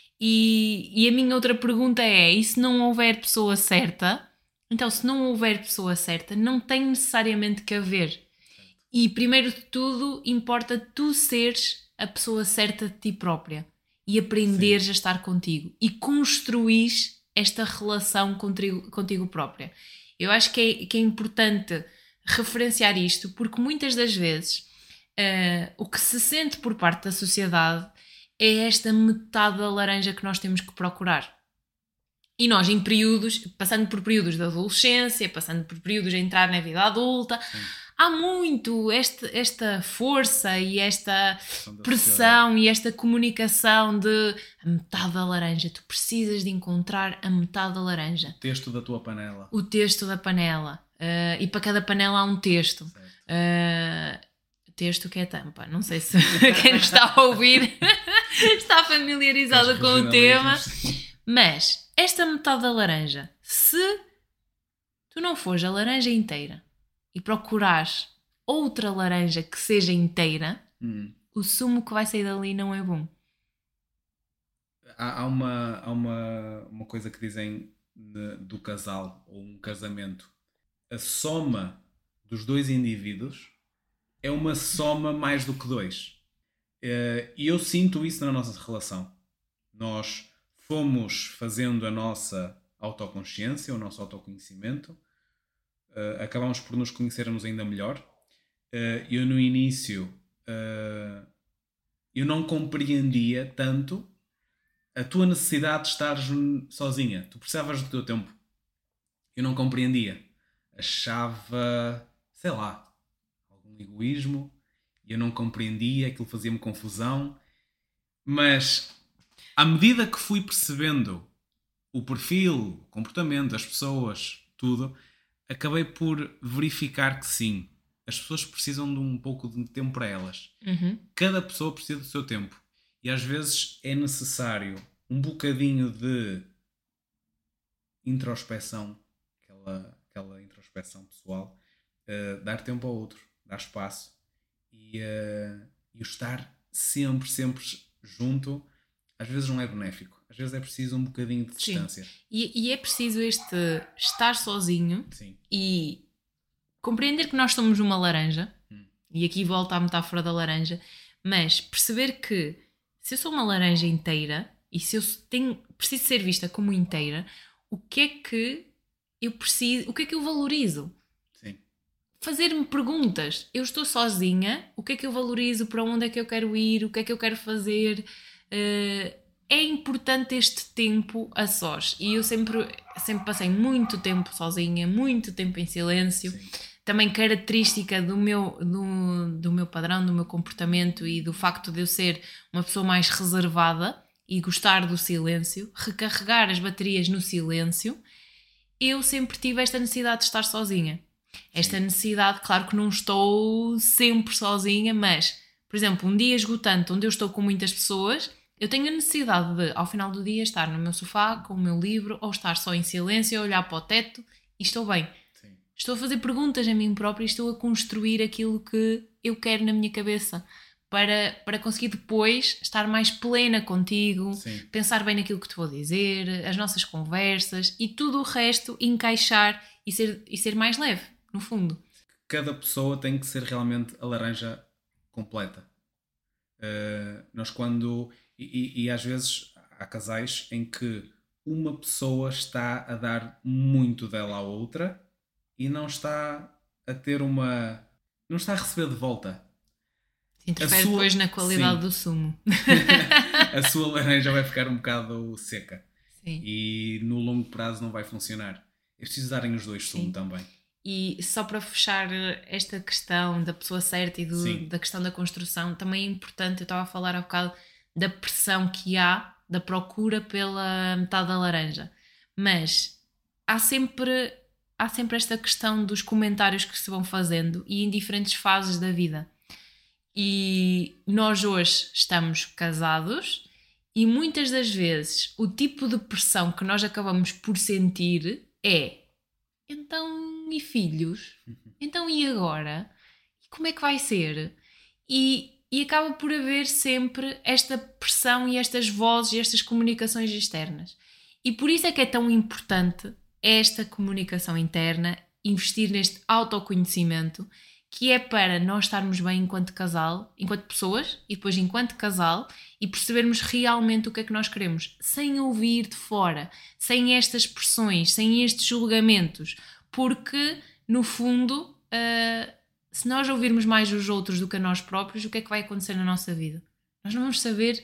[SPEAKER 1] E, e a minha outra pergunta é, e se não houver pessoa certa? Então, se não houver pessoa certa, não tem necessariamente que haver. E primeiro de tudo, importa tu seres a pessoa certa de ti própria e aprenderes Sim. a estar contigo e construir esta relação contigo, contigo própria. Eu acho que é, que é importante referenciar isto, porque muitas das vezes uh, o que se sente por parte da sociedade é esta metade da laranja que nós temos que procurar. E nós, em períodos, passando por períodos de adolescência, passando por períodos de entrar na vida adulta, Sim. há muito este, esta força e esta pressão e esta comunicação de a metade da laranja. Tu precisas de encontrar a metade da laranja.
[SPEAKER 2] O texto da tua panela.
[SPEAKER 1] O texto da panela. Uh, e para cada panela há um texto. Uh, texto que é tampa. Não sei se quem nos está a ouvir está familiarizado com o tema. Mas esta metade da laranja, se tu não fores a laranja inteira e procurares outra laranja que seja inteira, hum. o sumo que vai sair dali não é bom.
[SPEAKER 2] Há, há, uma, há uma, uma coisa que dizem de, do casal ou um casamento. A soma dos dois indivíduos é uma soma mais do que dois. E eu sinto isso na nossa relação. Nós fomos fazendo a nossa autoconsciência, o nosso autoconhecimento. Uh, acabamos por nos conhecermos ainda melhor. Uh, eu no início uh, eu não compreendia tanto a tua necessidade de estar sozinha. Tu precisavas do teu tempo. Eu não compreendia. Achava, sei lá, algum egoísmo. Eu não compreendia, aquilo fazia-me confusão. Mas à medida que fui percebendo o perfil, o comportamento, as pessoas, tudo, acabei por verificar que sim, as pessoas precisam de um pouco de tempo para elas. Uhum. Cada pessoa precisa do seu tempo. E às vezes é necessário um bocadinho de introspeção, aquela, aquela introspeção pessoal, uh, dar tempo ao outro, dar espaço e, uh, e o estar sempre, sempre junto, às vezes não é benéfico. Às vezes é preciso um bocadinho de distância.
[SPEAKER 1] Sim. E, e é preciso este estar sozinho Sim. e compreender que nós somos uma laranja, hum. e aqui volta à metáfora da laranja, mas perceber que se eu sou uma laranja inteira e se eu tenho, preciso ser vista como inteira, o que é que eu preciso, o que é que eu valorizo?
[SPEAKER 2] Sim.
[SPEAKER 1] Fazer-me perguntas. Eu estou sozinha, o que é que eu valorizo? Para onde é que eu quero ir? O que é que eu quero fazer? Uh, é importante este tempo a sós. E eu sempre, sempre passei muito tempo sozinha, muito tempo em silêncio. Sim. Também característica do meu, do, do meu padrão, do meu comportamento e do facto de eu ser uma pessoa mais reservada. e gostar do silêncio, recarregar as baterias no silêncio, eu sempre tive esta necessidade de estar sozinha. Esta necessidade, claro que não estou sempre sozinha, mas, por exemplo, um dia esgotante onde eu estou com muitas pessoas, eu tenho a necessidade de, ao final do dia, estar no meu sofá com o meu livro ou estar só em silêncio, olhar para o teto e estou bem.
[SPEAKER 2] Sim.
[SPEAKER 1] Estou a fazer perguntas a mim própria e estou a construir aquilo que eu quero na minha cabeça para, para conseguir depois estar mais plena contigo,
[SPEAKER 2] Sim.
[SPEAKER 1] pensar bem naquilo que te vou dizer, as nossas conversas e tudo o resto encaixar e ser, e ser mais leve, no fundo.
[SPEAKER 2] Cada pessoa tem que ser realmente a laranja completa. Uh, nós quando... E, e, e às vezes há casais em que uma pessoa está a dar muito dela à outra e não está a ter uma... não está a receber de volta.
[SPEAKER 1] Interfere sua... depois na qualidade Sim. do sumo.
[SPEAKER 2] A sua laranja vai ficar um bocado seca.
[SPEAKER 1] Sim.
[SPEAKER 2] E no longo prazo não vai funcionar. É preciso darem os dois sumo também.
[SPEAKER 1] E só para fechar esta questão da pessoa certa e do, da questão da construção, também é importante, eu estava a falar há bocado da pressão que há, da procura pela metade da laranja. Mas há sempre, há sempre esta questão dos comentários que se vão fazendo e em diferentes fases da vida. E nós hoje estamos casados e muitas das vezes o tipo de pressão que nós acabamos por sentir é: então, e filhos? Então, e agora? E como é que vai ser? E, e acaba por haver sempre esta pressão e estas vozes e estas comunicações externas. E por isso é que é tão importante esta comunicação interna, investir neste autoconhecimento, que é para nós estarmos bem enquanto casal, enquanto pessoas, e depois enquanto casal, e percebermos realmente o que é que nós queremos, sem ouvir de fora, sem estas pressões, sem estes julgamentos, porque, no fundo, uh, se nós ouvirmos mais os outros do que a nós próprios, o que é que vai acontecer na nossa vida? Nós não vamos saber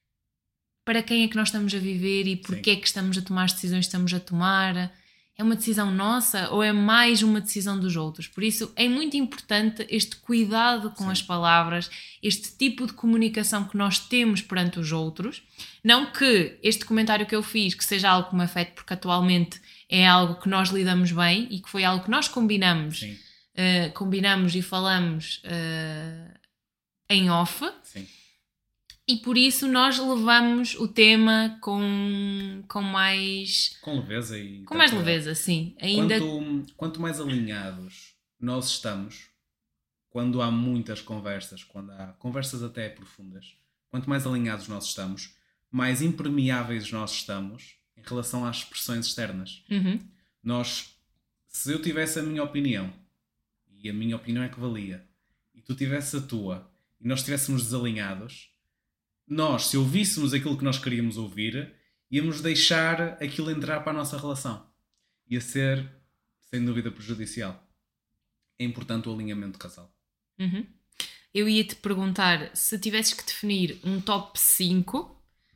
[SPEAKER 1] para quem é que nós estamos a viver e porque é que estamos a tomar as decisões que estamos a tomar. É uma decisão nossa ou é mais uma decisão dos outros? Por isso é muito importante este cuidado com Sim. as palavras, este tipo de comunicação que nós temos perante os outros. Não que este comentário que eu fiz que seja algo que me afete, porque atualmente é algo que nós lidamos bem e que foi algo que nós combinamos, uh, combinamos e falamos uh, em off.
[SPEAKER 2] Sim.
[SPEAKER 1] E por isso nós levamos o tema com, com mais...
[SPEAKER 2] Com leveza e...
[SPEAKER 1] Com mais leveza, sim. Ainda...
[SPEAKER 2] Quanto, quanto mais alinhados nós estamos, quando há muitas conversas, quando há conversas até profundas, quanto mais alinhados nós estamos, mais impermeáveis nós estamos em relação às expressões externas.
[SPEAKER 1] Uhum.
[SPEAKER 2] Nós, se eu tivesse a minha opinião, e a minha opinião é que valia, e tu tivesse a tua, e nós estivéssemos desalinhados... Nós, se ouvíssemos aquilo que nós queríamos ouvir, íamos deixar aquilo entrar para a nossa relação. Ia ser, sem dúvida, prejudicial. É importante o alinhamento de casal.
[SPEAKER 1] Uhum. Eu ia-te perguntar, se tivesses que definir um top cinco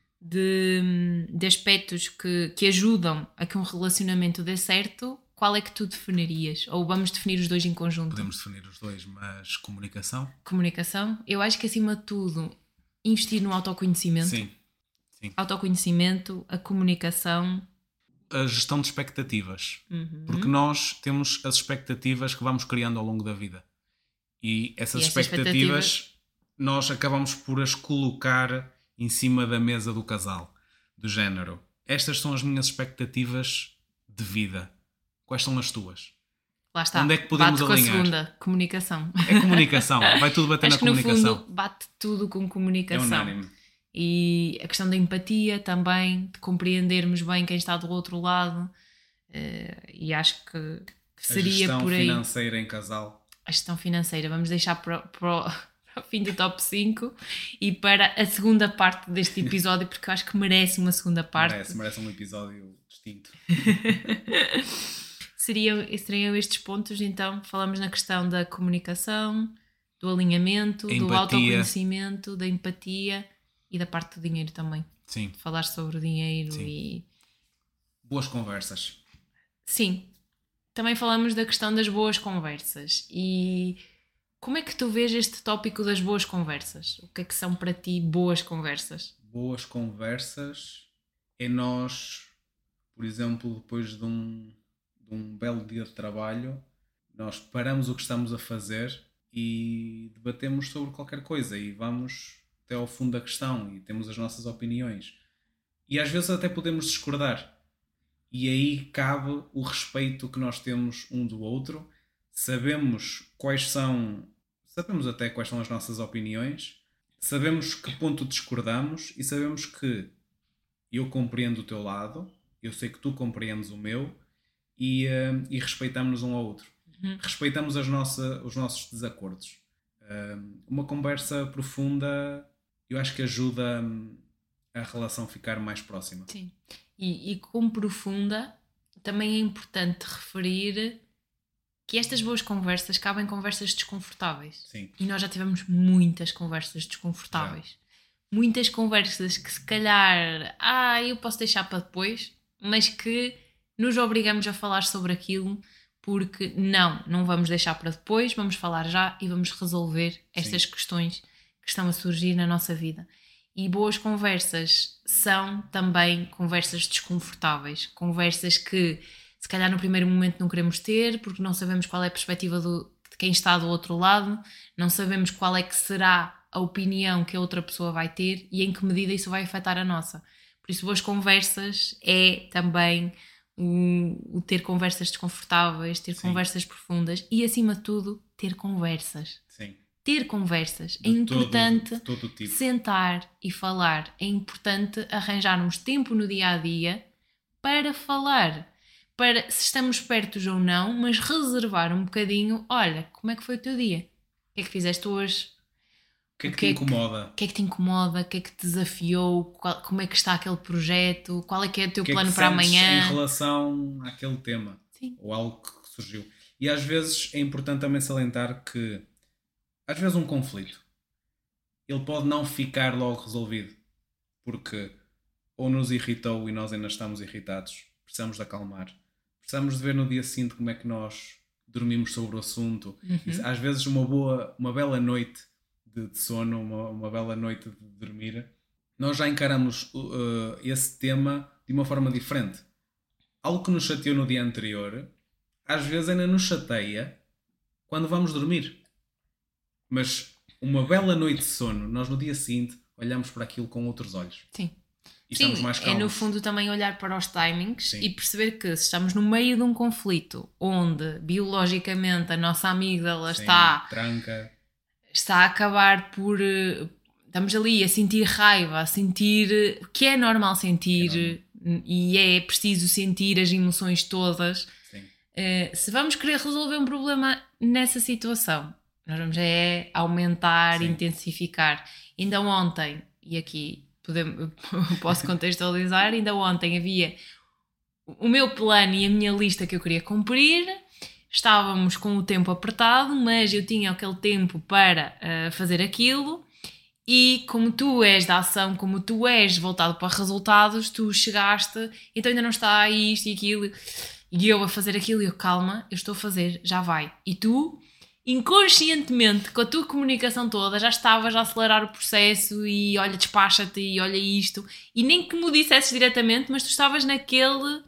[SPEAKER 1] de, de aspectos que, que ajudam a que um relacionamento dê certo, qual é que tu definirias? Ou vamos definir os dois em conjunto?
[SPEAKER 2] Podemos definir os dois, mas comunicação?
[SPEAKER 1] Comunicação? Eu acho que, acima de tudo... investir no autoconhecimento,
[SPEAKER 2] sim, sim.
[SPEAKER 1] autoconhecimento, a comunicação,
[SPEAKER 2] a gestão de expectativas,
[SPEAKER 1] uhum.
[SPEAKER 2] porque nós temos as expectativas que vamos criando ao longo da vida e essas e expectativas, expectativas nós acabamos por as colocar em cima da mesa do casal, do género: estas são as minhas expectativas de vida, quais são as tuas?
[SPEAKER 1] Lá está,
[SPEAKER 2] onde é que podemos
[SPEAKER 1] bate
[SPEAKER 2] alinhar?
[SPEAKER 1] Com a segunda, comunicação.
[SPEAKER 2] É comunicação, vai tudo bater
[SPEAKER 1] Acho
[SPEAKER 2] na comunicação.
[SPEAKER 1] Acho que no fundo bate tudo com comunicação.
[SPEAKER 2] É unânime.
[SPEAKER 1] E a questão da empatia também, de compreendermos bem quem está do outro lado, e acho que seria por aí.
[SPEAKER 2] A gestão financeira em casal.
[SPEAKER 1] A gestão financeira, vamos deixar para, para, para o fim do top cinco e para a segunda parte deste episódio, porque eu acho que merece uma segunda parte.
[SPEAKER 2] Merece, merece um episódio distinto.
[SPEAKER 1] Seriam, seriam estes pontos, então, falamos na questão da comunicação, do alinhamento,
[SPEAKER 2] empatia.
[SPEAKER 1] Do autoconhecimento, da empatia e da parte do dinheiro também.
[SPEAKER 2] Sim.
[SPEAKER 1] Falar sobre o dinheiro.
[SPEAKER 2] Sim.
[SPEAKER 1] E...
[SPEAKER 2] boas conversas.
[SPEAKER 1] Sim. Também falamos da questão das boas conversas e Como é que tu vês este tópico das boas conversas? O que é que são para ti boas conversas?
[SPEAKER 2] Boas conversas é nós, por exemplo, depois de um, de um belo dia de trabalho, nós paramos o que estamos a fazer e debatemos sobre qualquer coisa e vamos até ao fundo da questão e temos as nossas opiniões. E às vezes até podemos discordar. E aí cabe o respeito que nós temos um do outro. Sabemos quais são, sabemos até quais são as nossas opiniões, sabemos que ponto discordamos e sabemos que eu compreendo o teu lado, eu sei que tu compreendes o meu e, uh, e respeitamos-nos um ao outro. Uhum. Respeitamos as nossa, os nossos desacordos. Uh, uma conversa profunda, eu acho que ajuda a relação a ficar mais próxima.
[SPEAKER 1] Sim. E, e como profunda, também é importante referir que estas boas conversas cabem conversas desconfortáveis.
[SPEAKER 2] Sim.
[SPEAKER 1] E nós já tivemos muitas conversas desconfortáveis. Já. Muitas conversas que se calhar, ah, eu posso deixar para depois, mas que nos obrigamos a falar sobre aquilo porque não, não vamos deixar para depois, vamos falar já e vamos resolver estas Sim. questões que estão a surgir na nossa vida. E boas conversas são também conversas desconfortáveis, conversas que se calhar no primeiro momento não queremos ter porque não sabemos qual é a perspectiva do, de quem está do outro lado, não sabemos qual é que será a opinião que a outra pessoa vai ter e em que medida isso vai afetar a nossa. Por isso, boas conversas é também o, o ter conversas desconfortáveis, ter Sim. conversas profundas e, acima de tudo, ter conversas.
[SPEAKER 2] Sim.
[SPEAKER 1] Ter conversas.
[SPEAKER 2] De
[SPEAKER 1] é importante
[SPEAKER 2] todo, todo tipo.
[SPEAKER 1] sentar e falar. É importante arranjarmos tempo no dia-a-dia para falar. Para, se estamos perto ou não, mas reservar um bocadinho. Olha, como é que foi o teu dia? O que é que fizeste hoje?
[SPEAKER 2] O que é que, que te incomoda?
[SPEAKER 1] O que é que te incomoda? O que é que te desafiou? Qual, como é que está aquele projeto? Qual é que é o teu
[SPEAKER 2] que
[SPEAKER 1] plano
[SPEAKER 2] é que
[SPEAKER 1] para amanhã?
[SPEAKER 2] Em relação àquele tema.
[SPEAKER 1] Sim.
[SPEAKER 2] Ou algo que surgiu. E às vezes é importante também salientar que às vezes um conflito ele pode não ficar logo resolvido porque ou nos irritou e nós ainda estamos irritados, precisamos de acalmar, precisamos de ver no dia seguinte como é que nós dormimos sobre o assunto.
[SPEAKER 1] Uhum.
[SPEAKER 2] E, às vezes uma boa, uma bela noite de, de sono, uma, uma bela noite de dormir, nós já encaramos uh, esse tema de uma forma diferente. Algo que nos chateou no dia anterior às vezes ainda nos chateia quando vamos dormir. Mas uma bela noite de sono, nós no dia seguinte olhamos para aquilo com outros olhos.
[SPEAKER 1] Sim.
[SPEAKER 2] E
[SPEAKER 1] Sim,
[SPEAKER 2] estamos mais calmos.
[SPEAKER 1] É no fundo também olhar para os timings
[SPEAKER 2] Sim.
[SPEAKER 1] e perceber que se estamos no meio de um conflito onde biologicamente a nossa amígdala
[SPEAKER 2] Sim,
[SPEAKER 1] está,
[SPEAKER 2] tranca.
[SPEAKER 1] está a acabar por... Estamos ali a sentir raiva, a sentir o que é normal sentir é normal. E é preciso sentir as emoções todas.
[SPEAKER 2] Sim.
[SPEAKER 1] Uh, se vamos querer resolver um problema nessa situação, nós vamos é aumentar, Sim. intensificar. Ainda ontem, e aqui podemos, posso contextualizar, ainda ontem havia o meu plano e a minha lista que eu queria cumprir. Estávamos com o tempo apertado, mas eu tinha aquele tempo para uh, fazer aquilo. E como tu és da ação, como tu és voltado para resultados, tu chegaste, então ainda não está isto e aquilo. E eu a fazer aquilo e eu, calma, eu estou a fazer, já vai. E tu... inconscientemente, com a tua comunicação toda, já estavas a acelerar o processo e olha, despacha-te e olha isto. E nem que me dissesses diretamente, mas tu estavas naquele,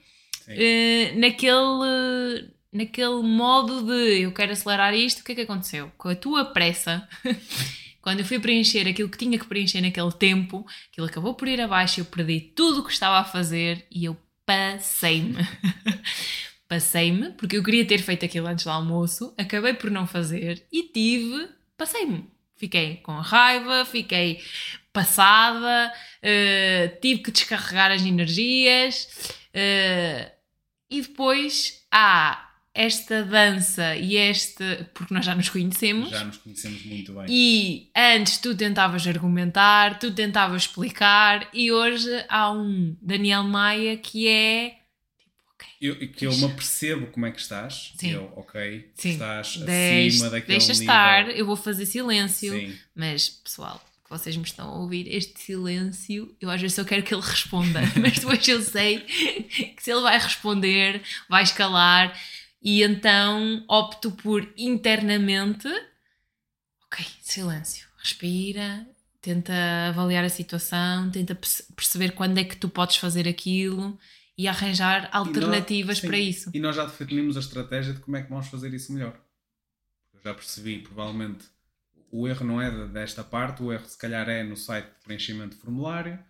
[SPEAKER 1] uh, naquele, naquele modo de eu quero acelerar isto. O que é que aconteceu? Com a tua pressa, quando eu fui preencher aquilo que tinha que preencher naquele tempo, aquilo acabou por ir abaixo, eu perdi tudo o que estava a fazer e eu passei-me. Passei-me, porque eu queria ter feito aquilo antes do almoço, acabei por não fazer e tive, passei-me. Fiquei com raiva, fiquei passada, uh, tive que descarregar as energias uh, e depois há esta dança e este, porque nós já nos conhecemos.
[SPEAKER 2] Já nos conhecemos muito bem.
[SPEAKER 1] E antes tu tentavas argumentar, tu tentavas explicar e hoje há um Daniel Maia que é...
[SPEAKER 2] Eu, que eu me apercebo como é que estás.
[SPEAKER 1] Sim.
[SPEAKER 2] Eu, ok,
[SPEAKER 1] Sim.
[SPEAKER 2] estás
[SPEAKER 1] Deixe,
[SPEAKER 2] acima daquele
[SPEAKER 1] deixa
[SPEAKER 2] nível.
[SPEAKER 1] estar, eu vou fazer silêncio.
[SPEAKER 2] Sim.
[SPEAKER 1] Mas, pessoal, que vocês me estão a ouvir, este silêncio, eu às vezes só quero que ele responda. Mas depois eu sei que se ele vai responder, vai escalar. E então opto por internamente Ok, silêncio. Respira, tenta avaliar a situação, tenta perce- perceber quando é que tu podes fazer aquilo e arranjar alternativas
[SPEAKER 2] E nós, sim,
[SPEAKER 1] para isso.
[SPEAKER 2] E nós já definimos a estratégia de como é que vamos fazer isso melhor. Eu já percebi, provavelmente, o erro não é desta parte, o erro se calhar é no site de preenchimento de formulário.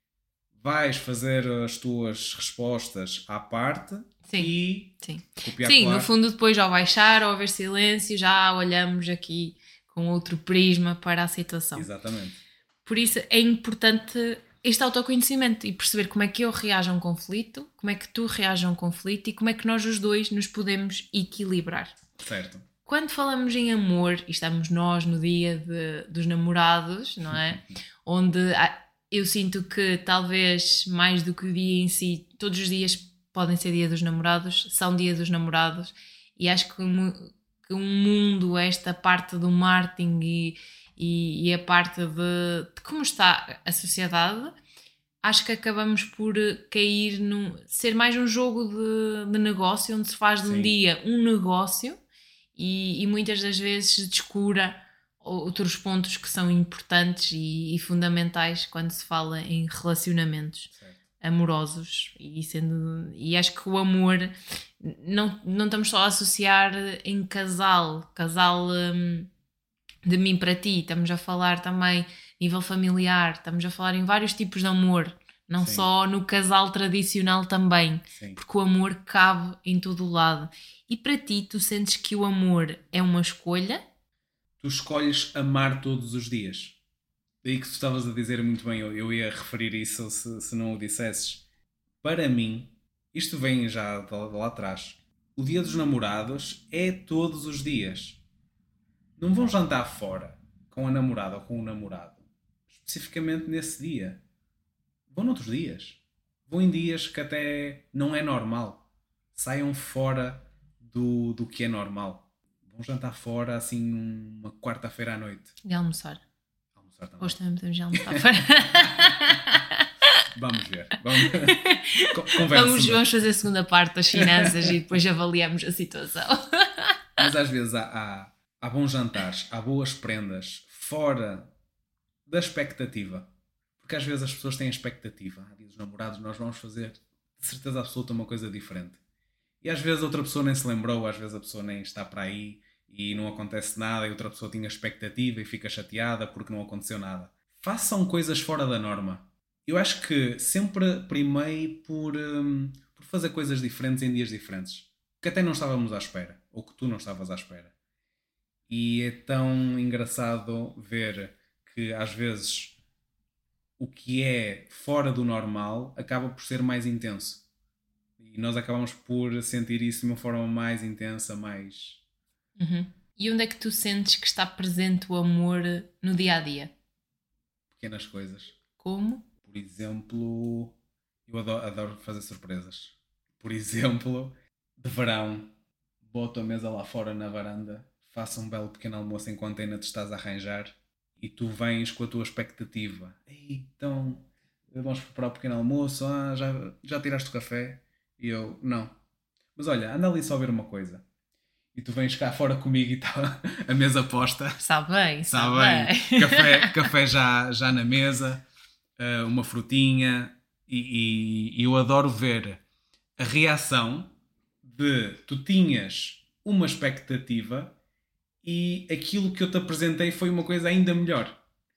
[SPEAKER 2] Vais fazer as tuas respostas à parte
[SPEAKER 1] Sim,
[SPEAKER 2] e
[SPEAKER 1] sim.
[SPEAKER 2] copiar,
[SPEAKER 1] Sim,
[SPEAKER 2] colar.
[SPEAKER 1] no fundo depois ao baixar ou haver silêncio já olhamos aqui com outro prisma para a situação.
[SPEAKER 2] Exatamente.
[SPEAKER 1] Por isso é importante este autoconhecimento e perceber como é que eu reajo a um conflito, como é que tu reages a um conflito e como é que nós os dois nos podemos equilibrar.
[SPEAKER 2] Certo.
[SPEAKER 1] Quando falamos em amor, e estamos nós no dia de, dos namorados, não é? Onde eu sinto que talvez mais do que o dia em si, todos os dias podem ser dia dos namorados, são dia dos namorados, e acho que um, que um mundo, esta parte do marketing e, e, e a parte de, de como está a sociedade, acho que acabamos por cair no ser mais um jogo de, de negócio, onde se faz de um
[SPEAKER 2] Sim.
[SPEAKER 1] dia um negócio e, e muitas das vezes se descura outros pontos que são importantes e, e fundamentais quando se fala em relacionamentos
[SPEAKER 2] Certo.
[SPEAKER 1] amorosos e, sendo, e acho que o amor não, não estamos só a associar em casal, casal hum, de mim para ti, estamos a falar também nível familiar, estamos a falar em vários tipos de amor, não
[SPEAKER 2] Sim.
[SPEAKER 1] só no casal tradicional também,
[SPEAKER 2] Sim.
[SPEAKER 1] porque o amor cabe em todo o lado. E para ti, tu sentes que o amor é uma escolha?
[SPEAKER 2] Tu escolhes amar todos os dias. Daí que tu estavas a dizer muito bem, eu, eu ia referir isso se, se não o dissesses. Para mim, isto vem já de, de lá atrás. O dia dos namorados é todos os dias. Não vão jantar fora com a namorada ou com o namorado, especificamente nesse dia. Vão noutros dias. Vão em dias que até não é normal. Saiam fora do, do que é normal. Vão jantar fora assim uma quarta-feira à noite.
[SPEAKER 1] De almoçar.
[SPEAKER 2] Almoçar também.
[SPEAKER 1] Hoje também podemos ir almoçar fora.
[SPEAKER 2] Vamos ver. Vamos, Conversa.
[SPEAKER 1] Vamos, vamos fazer a segunda parte das finanças e depois avaliamos a situação.
[SPEAKER 2] Mas às vezes há, há, há bons jantares, há boas prendas fora da expectativa. Porque às vezes as pessoas têm expectativa. Há dias dos namorados nós vamos fazer de certeza absoluta uma coisa diferente. E às vezes outra pessoa nem se lembrou, às vezes a pessoa nem está para aí e não acontece nada e outra pessoa tinha expectativa e fica chateada porque não aconteceu nada. Façam coisas fora da norma. Eu acho que sempre primei por, hum, por fazer coisas diferentes em dias diferentes. Que até não estávamos à espera. Ou que tu não estavas à espera. E é tão engraçado ver que às vezes o que é fora do normal acaba por ser mais intenso. E nós acabamos por sentir isso de uma forma mais intensa, mais...
[SPEAKER 1] Uhum. E onde é que tu sentes que está presente o amor no dia-a-dia?
[SPEAKER 2] Pequenas coisas.
[SPEAKER 1] Como?
[SPEAKER 2] Por exemplo, eu adoro, adoro fazer surpresas. Por exemplo, de verão, boto a mesa lá fora na varanda, faço um belo pequeno almoço enquanto ainda te estás a arranjar e tu vens com a tua expectativa. Ei, então, vamos preparar o pequeno almoço, ah, já, já tiraste o café? E eu, não. Mas olha, anda ali só ver uma coisa. E tu vens cá fora comigo e está a mesa posta.
[SPEAKER 1] Sabe bem,
[SPEAKER 2] Sabe
[SPEAKER 1] sabe
[SPEAKER 2] bem.
[SPEAKER 1] bem.
[SPEAKER 2] Café, café já, já na mesa, uma frutinha. E, e eu adoro ver a reação de tu tinhas uma expectativa e aquilo que eu te apresentei foi uma coisa ainda melhor.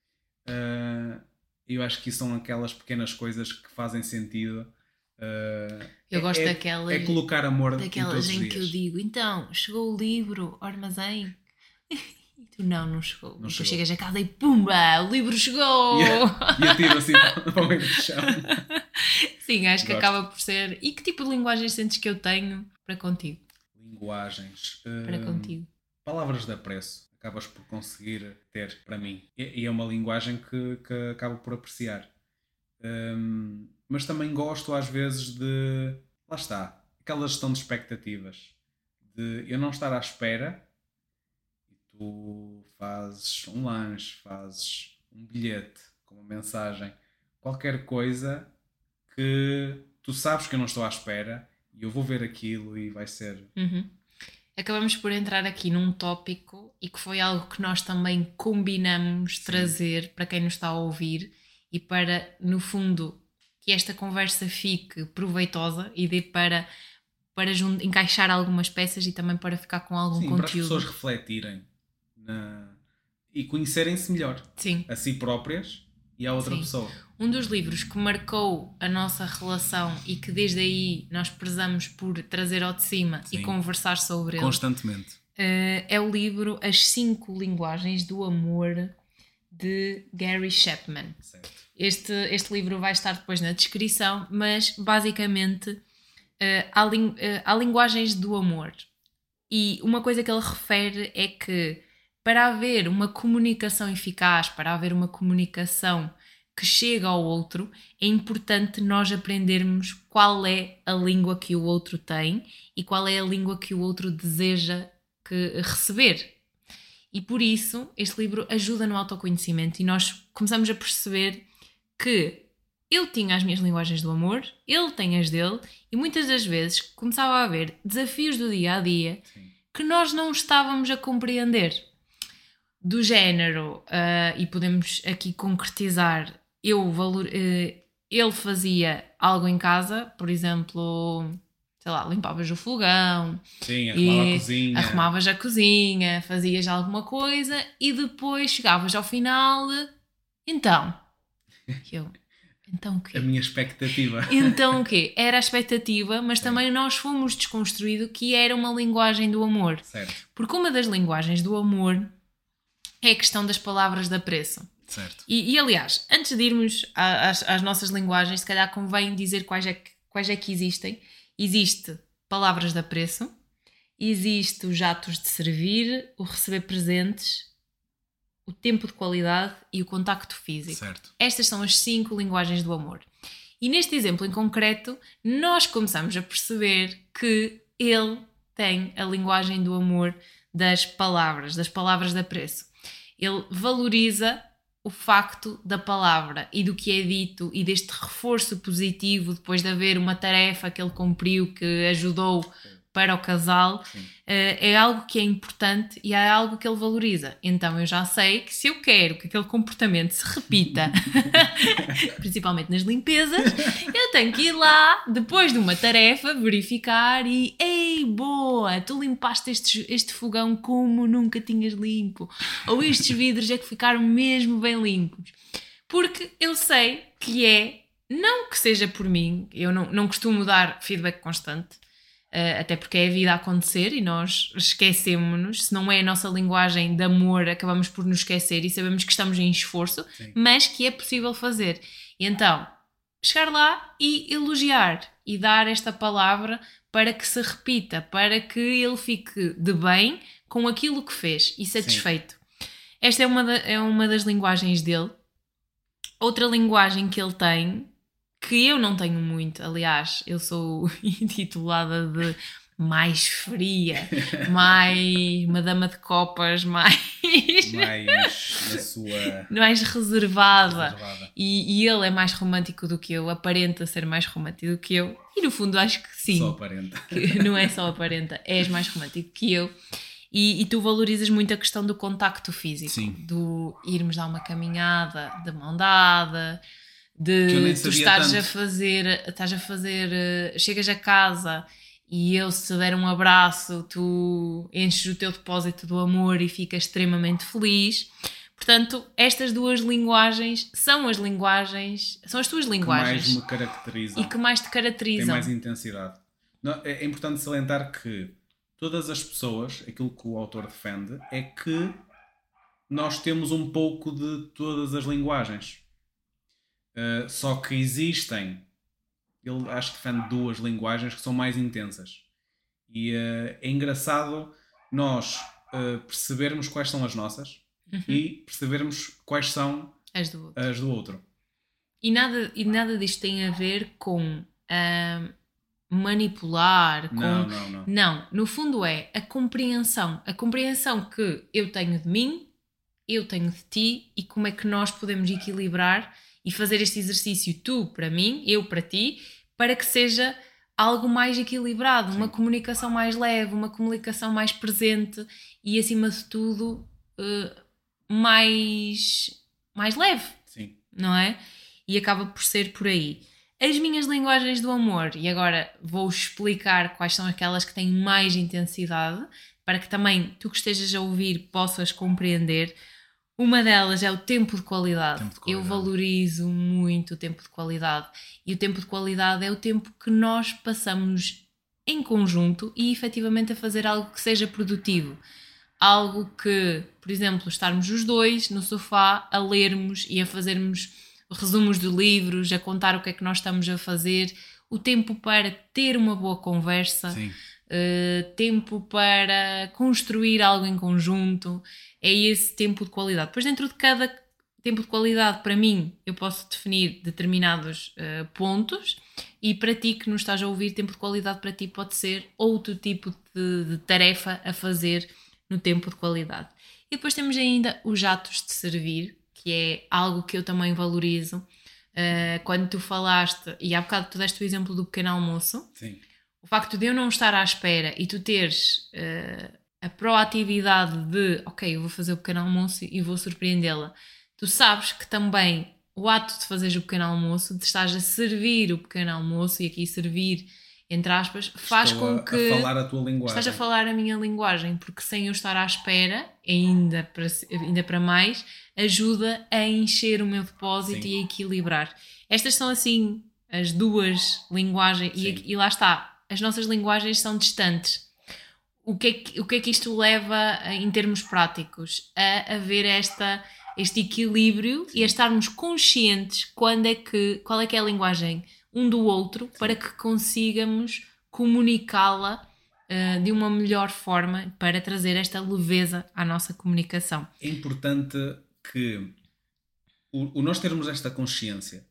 [SPEAKER 2] Uh, eu acho que são aquelas pequenas coisas que fazem sentido. Uh,
[SPEAKER 1] eu gosto
[SPEAKER 2] é,
[SPEAKER 1] daquelas,
[SPEAKER 2] é colocar amor
[SPEAKER 1] daquelas
[SPEAKER 2] em,
[SPEAKER 1] em
[SPEAKER 2] todos
[SPEAKER 1] que eu digo, então, chegou o livro ao armazém? E tu, não, não chegou.
[SPEAKER 2] Não
[SPEAKER 1] Depois
[SPEAKER 2] chegou.
[SPEAKER 1] chegas a casa e pumba, o livro chegou!
[SPEAKER 2] E eu tiro assim para o meio do chão.
[SPEAKER 1] Sim, acho que
[SPEAKER 2] Gosto.
[SPEAKER 1] acaba por ser. E que tipo de linguagem sentes que eu tenho para contigo?
[SPEAKER 2] Linguagens.
[SPEAKER 1] Para
[SPEAKER 2] hum,
[SPEAKER 1] contigo.
[SPEAKER 2] Palavras de apreço. Acabas por conseguir ter para mim. E, e é uma linguagem que, que acabo por apreciar. Hum, mas também gosto às vezes de... Lá está. Aquela gestão de expectativas. De eu não estar à espera e tu fazes um lanche, fazes um bilhete com uma mensagem. Qualquer coisa que tu sabes que eu não estou à espera e eu vou ver aquilo e vai ser...
[SPEAKER 1] Uhum. acabamos por entrar aqui num tópico e que foi algo que nós também combinamos Sim. trazer para quem nos está a ouvir e para, no fundo, que esta conversa fique proveitosa e dê para, para jun- encaixar algumas peças e também para ficar com algum
[SPEAKER 2] Sim,
[SPEAKER 1] conteúdo.
[SPEAKER 2] Para as pessoas refletirem na... e conhecerem-se melhor
[SPEAKER 1] Sim.
[SPEAKER 2] a si próprias e à outra
[SPEAKER 1] Sim.
[SPEAKER 2] pessoa.
[SPEAKER 1] Um dos livros que marcou a nossa relação e que desde aí nós prezamos por trazer ao de cima Sim. e conversar sobre ele
[SPEAKER 2] constantemente
[SPEAKER 1] uh, é o livro As Cinco Linguagens do Amor, de Gary Chapman.
[SPEAKER 2] Certo.
[SPEAKER 1] Este, este livro vai estar depois na descrição, mas basicamente uh, há, ling- uh, há linguagens do amor. E uma coisa que ele refere é que para haver uma comunicação eficaz, para haver uma comunicação que chega ao outro, é importante nós aprendermos qual é a língua que o outro tem e qual é a língua que o outro deseja que receber. E por isso este livro ajuda no autoconhecimento e nós começamos a perceber que eu tinha as minhas linguagens do amor, ele tem as dele e muitas das vezes começava a haver desafios do dia a dia Sim. que nós não estávamos a compreender. Do género, uh, e podemos aqui concretizar, eu valor, uh, ele fazia algo em casa, por exemplo, sei lá, limpavas o fogão,
[SPEAKER 2] Sim, arrumava a cozinha,
[SPEAKER 1] arrumavas a cozinha, fazias alguma coisa e depois chegavas ao final, então, eu, então o quê?
[SPEAKER 2] A minha expectativa.
[SPEAKER 1] Então o quê? Era a expectativa, mas também nós fomos desconstruídos que era uma linguagem do amor.
[SPEAKER 2] Certo.
[SPEAKER 1] Porque uma das linguagens do amor é a questão das palavras de apreço.
[SPEAKER 2] Certo.
[SPEAKER 1] E, e aliás, antes de irmos às, às nossas linguagens, se calhar convém dizer quais é, que, quais é que existem. Existe palavras de apreço, existe os atos de servir, o receber presentes, o tempo de qualidade e o contacto físico.
[SPEAKER 2] Certo.
[SPEAKER 1] Estas são as cinco linguagens do amor. E neste exemplo em concreto, nós começamos a perceber que ele tem a linguagem do amor das palavras, das palavras de apreço. Ele valoriza o facto da palavra e do que é dito e deste reforço positivo depois de haver uma tarefa que ele cumpriu que ajudou para o casal. Sim. É algo que é importante e é algo que ele valoriza. Então eu já sei que se eu quero que aquele comportamento se repita, principalmente nas limpezas, eu tenho que ir lá depois de uma tarefa verificar e ei, boa, tu limpaste este, este fogão como nunca tinhas limpo, ou estes vidros é que ficaram mesmo bem limpos, porque eu sei que é, não que seja por mim, eu não, não costumo dar feedback constante. Uh, até porque é a vida a acontecer e nós esquecemos-nos, se não é a nossa linguagem de amor, acabamos por nos esquecer e sabemos que estamos em esforço, Sim. mas que é possível fazer. E então, chegar lá e elogiar e dar esta palavra para que se repita, para que ele fique de bem com aquilo que fez e satisfeito. Sim. Esta é uma, da, é uma das linguagens dele. Outra linguagem que ele tem, que eu não tenho muito, aliás, eu sou intitulada de mais fria, mais uma dama de copas, mais...
[SPEAKER 2] mais na sua...
[SPEAKER 1] mais reservada.
[SPEAKER 2] reservada.
[SPEAKER 1] E, e ele é mais romântico do que eu, aparenta ser mais romântico do que eu, e no fundo acho que sim.
[SPEAKER 2] Só aparenta.
[SPEAKER 1] Que não é só aparenta, és mais romântico que eu. E, e tu valorizas muito a questão do contacto físico,
[SPEAKER 2] sim.
[SPEAKER 1] do irmos dar uma caminhada de mão dada... de tu estares a fazer, estás a fazer, chegas a casa e eu se te der um abraço, tu enches o teu depósito do amor e ficas extremamente feliz. Portanto, estas duas linguagens são as linguagens, são as tuas linguagens.
[SPEAKER 2] Que mais me caracterizam.
[SPEAKER 1] E que mais te caracterizam.
[SPEAKER 2] Tem mais intensidade. Não, é importante salientar que todas as pessoas, aquilo que o autor defende, é que nós temos um pouco de todas as linguagens. Uh, só que existem, ele acho que defende duas linguagens que são mais intensas e uh, é engraçado nós uh, percebermos quais são as nossas uhum. e percebermos quais são
[SPEAKER 1] as do outro,
[SPEAKER 2] as do outro.
[SPEAKER 1] E, nada, e nada disto tem a ver com uh, manipular, com...
[SPEAKER 2] Não, não, não.
[SPEAKER 1] Não, no fundo é a compreensão, a compreensão que eu tenho de mim, eu tenho de ti e como é que nós podemos equilibrar e fazer este exercício tu para mim, eu para ti, para que seja algo mais equilibrado,
[SPEAKER 2] Sim.
[SPEAKER 1] uma comunicação mais leve, uma comunicação mais presente e, acima de tudo, uh, mais, mais leve,
[SPEAKER 2] Sim.
[SPEAKER 1] não é? E acaba por ser por aí. As minhas linguagens do amor, e agora vou explicar quais são aquelas que têm mais intensidade, para que também tu que estejas a ouvir possas compreender. Uma delas é o tempo de qualidade.
[SPEAKER 2] Tempo de qualidade.
[SPEAKER 1] Eu valorizo muito o tempo de qualidade. E o tempo de qualidade é o tempo que nós passamos em conjunto e efetivamente a fazer algo que seja produtivo. Algo que, por exemplo, estarmos os dois no sofá a lermos e a fazermos resumos de livros, a contar o que é que nós estamos a fazer. O tempo para ter uma boa conversa.
[SPEAKER 2] Sim.
[SPEAKER 1] Uh, tempo para construir algo em conjunto, é esse tempo de qualidade. Depois, dentro de cada tempo de qualidade, para mim, eu posso definir determinados uh, pontos, e para ti que nos estás a ouvir, tempo de qualidade para ti pode ser outro tipo de, de tarefa a fazer no tempo de qualidade. E depois temos ainda os atos de servir, que é algo que eu também valorizo. Uh, quando tu falaste, e há bocado tu deste o exemplo do pequeno almoço.
[SPEAKER 2] Sim.
[SPEAKER 1] O facto de eu não estar à espera e tu teres uh, a proatividade de ok, eu vou fazer o pequeno almoço e vou surpreendê-la. Tu sabes que também o ato de fazeres o pequeno almoço, de estares a servir o pequeno almoço, e aqui servir entre aspas, faz
[SPEAKER 2] Estou
[SPEAKER 1] com
[SPEAKER 2] a,
[SPEAKER 1] que
[SPEAKER 2] a falar a tua linguagem.
[SPEAKER 1] estás a falar a minha linguagem, porque sem eu estar à espera, ainda para, ainda para mais, ajuda a encher o meu depósito. Sim. E a equilibrar. Estas são assim as duas linguagens, e, e lá está. As nossas linguagens são distantes. O que é que, o que, é que isto leva, em termos práticos? A haver esta, este equilíbrio. Sim. E a estarmos conscientes quando é que, qual é que é a linguagem um do outro. Sim. Para que consigamos comunicá-la uh, de uma melhor forma, para trazer esta leveza à nossa comunicação.
[SPEAKER 2] É importante que o, o nós termos esta consciência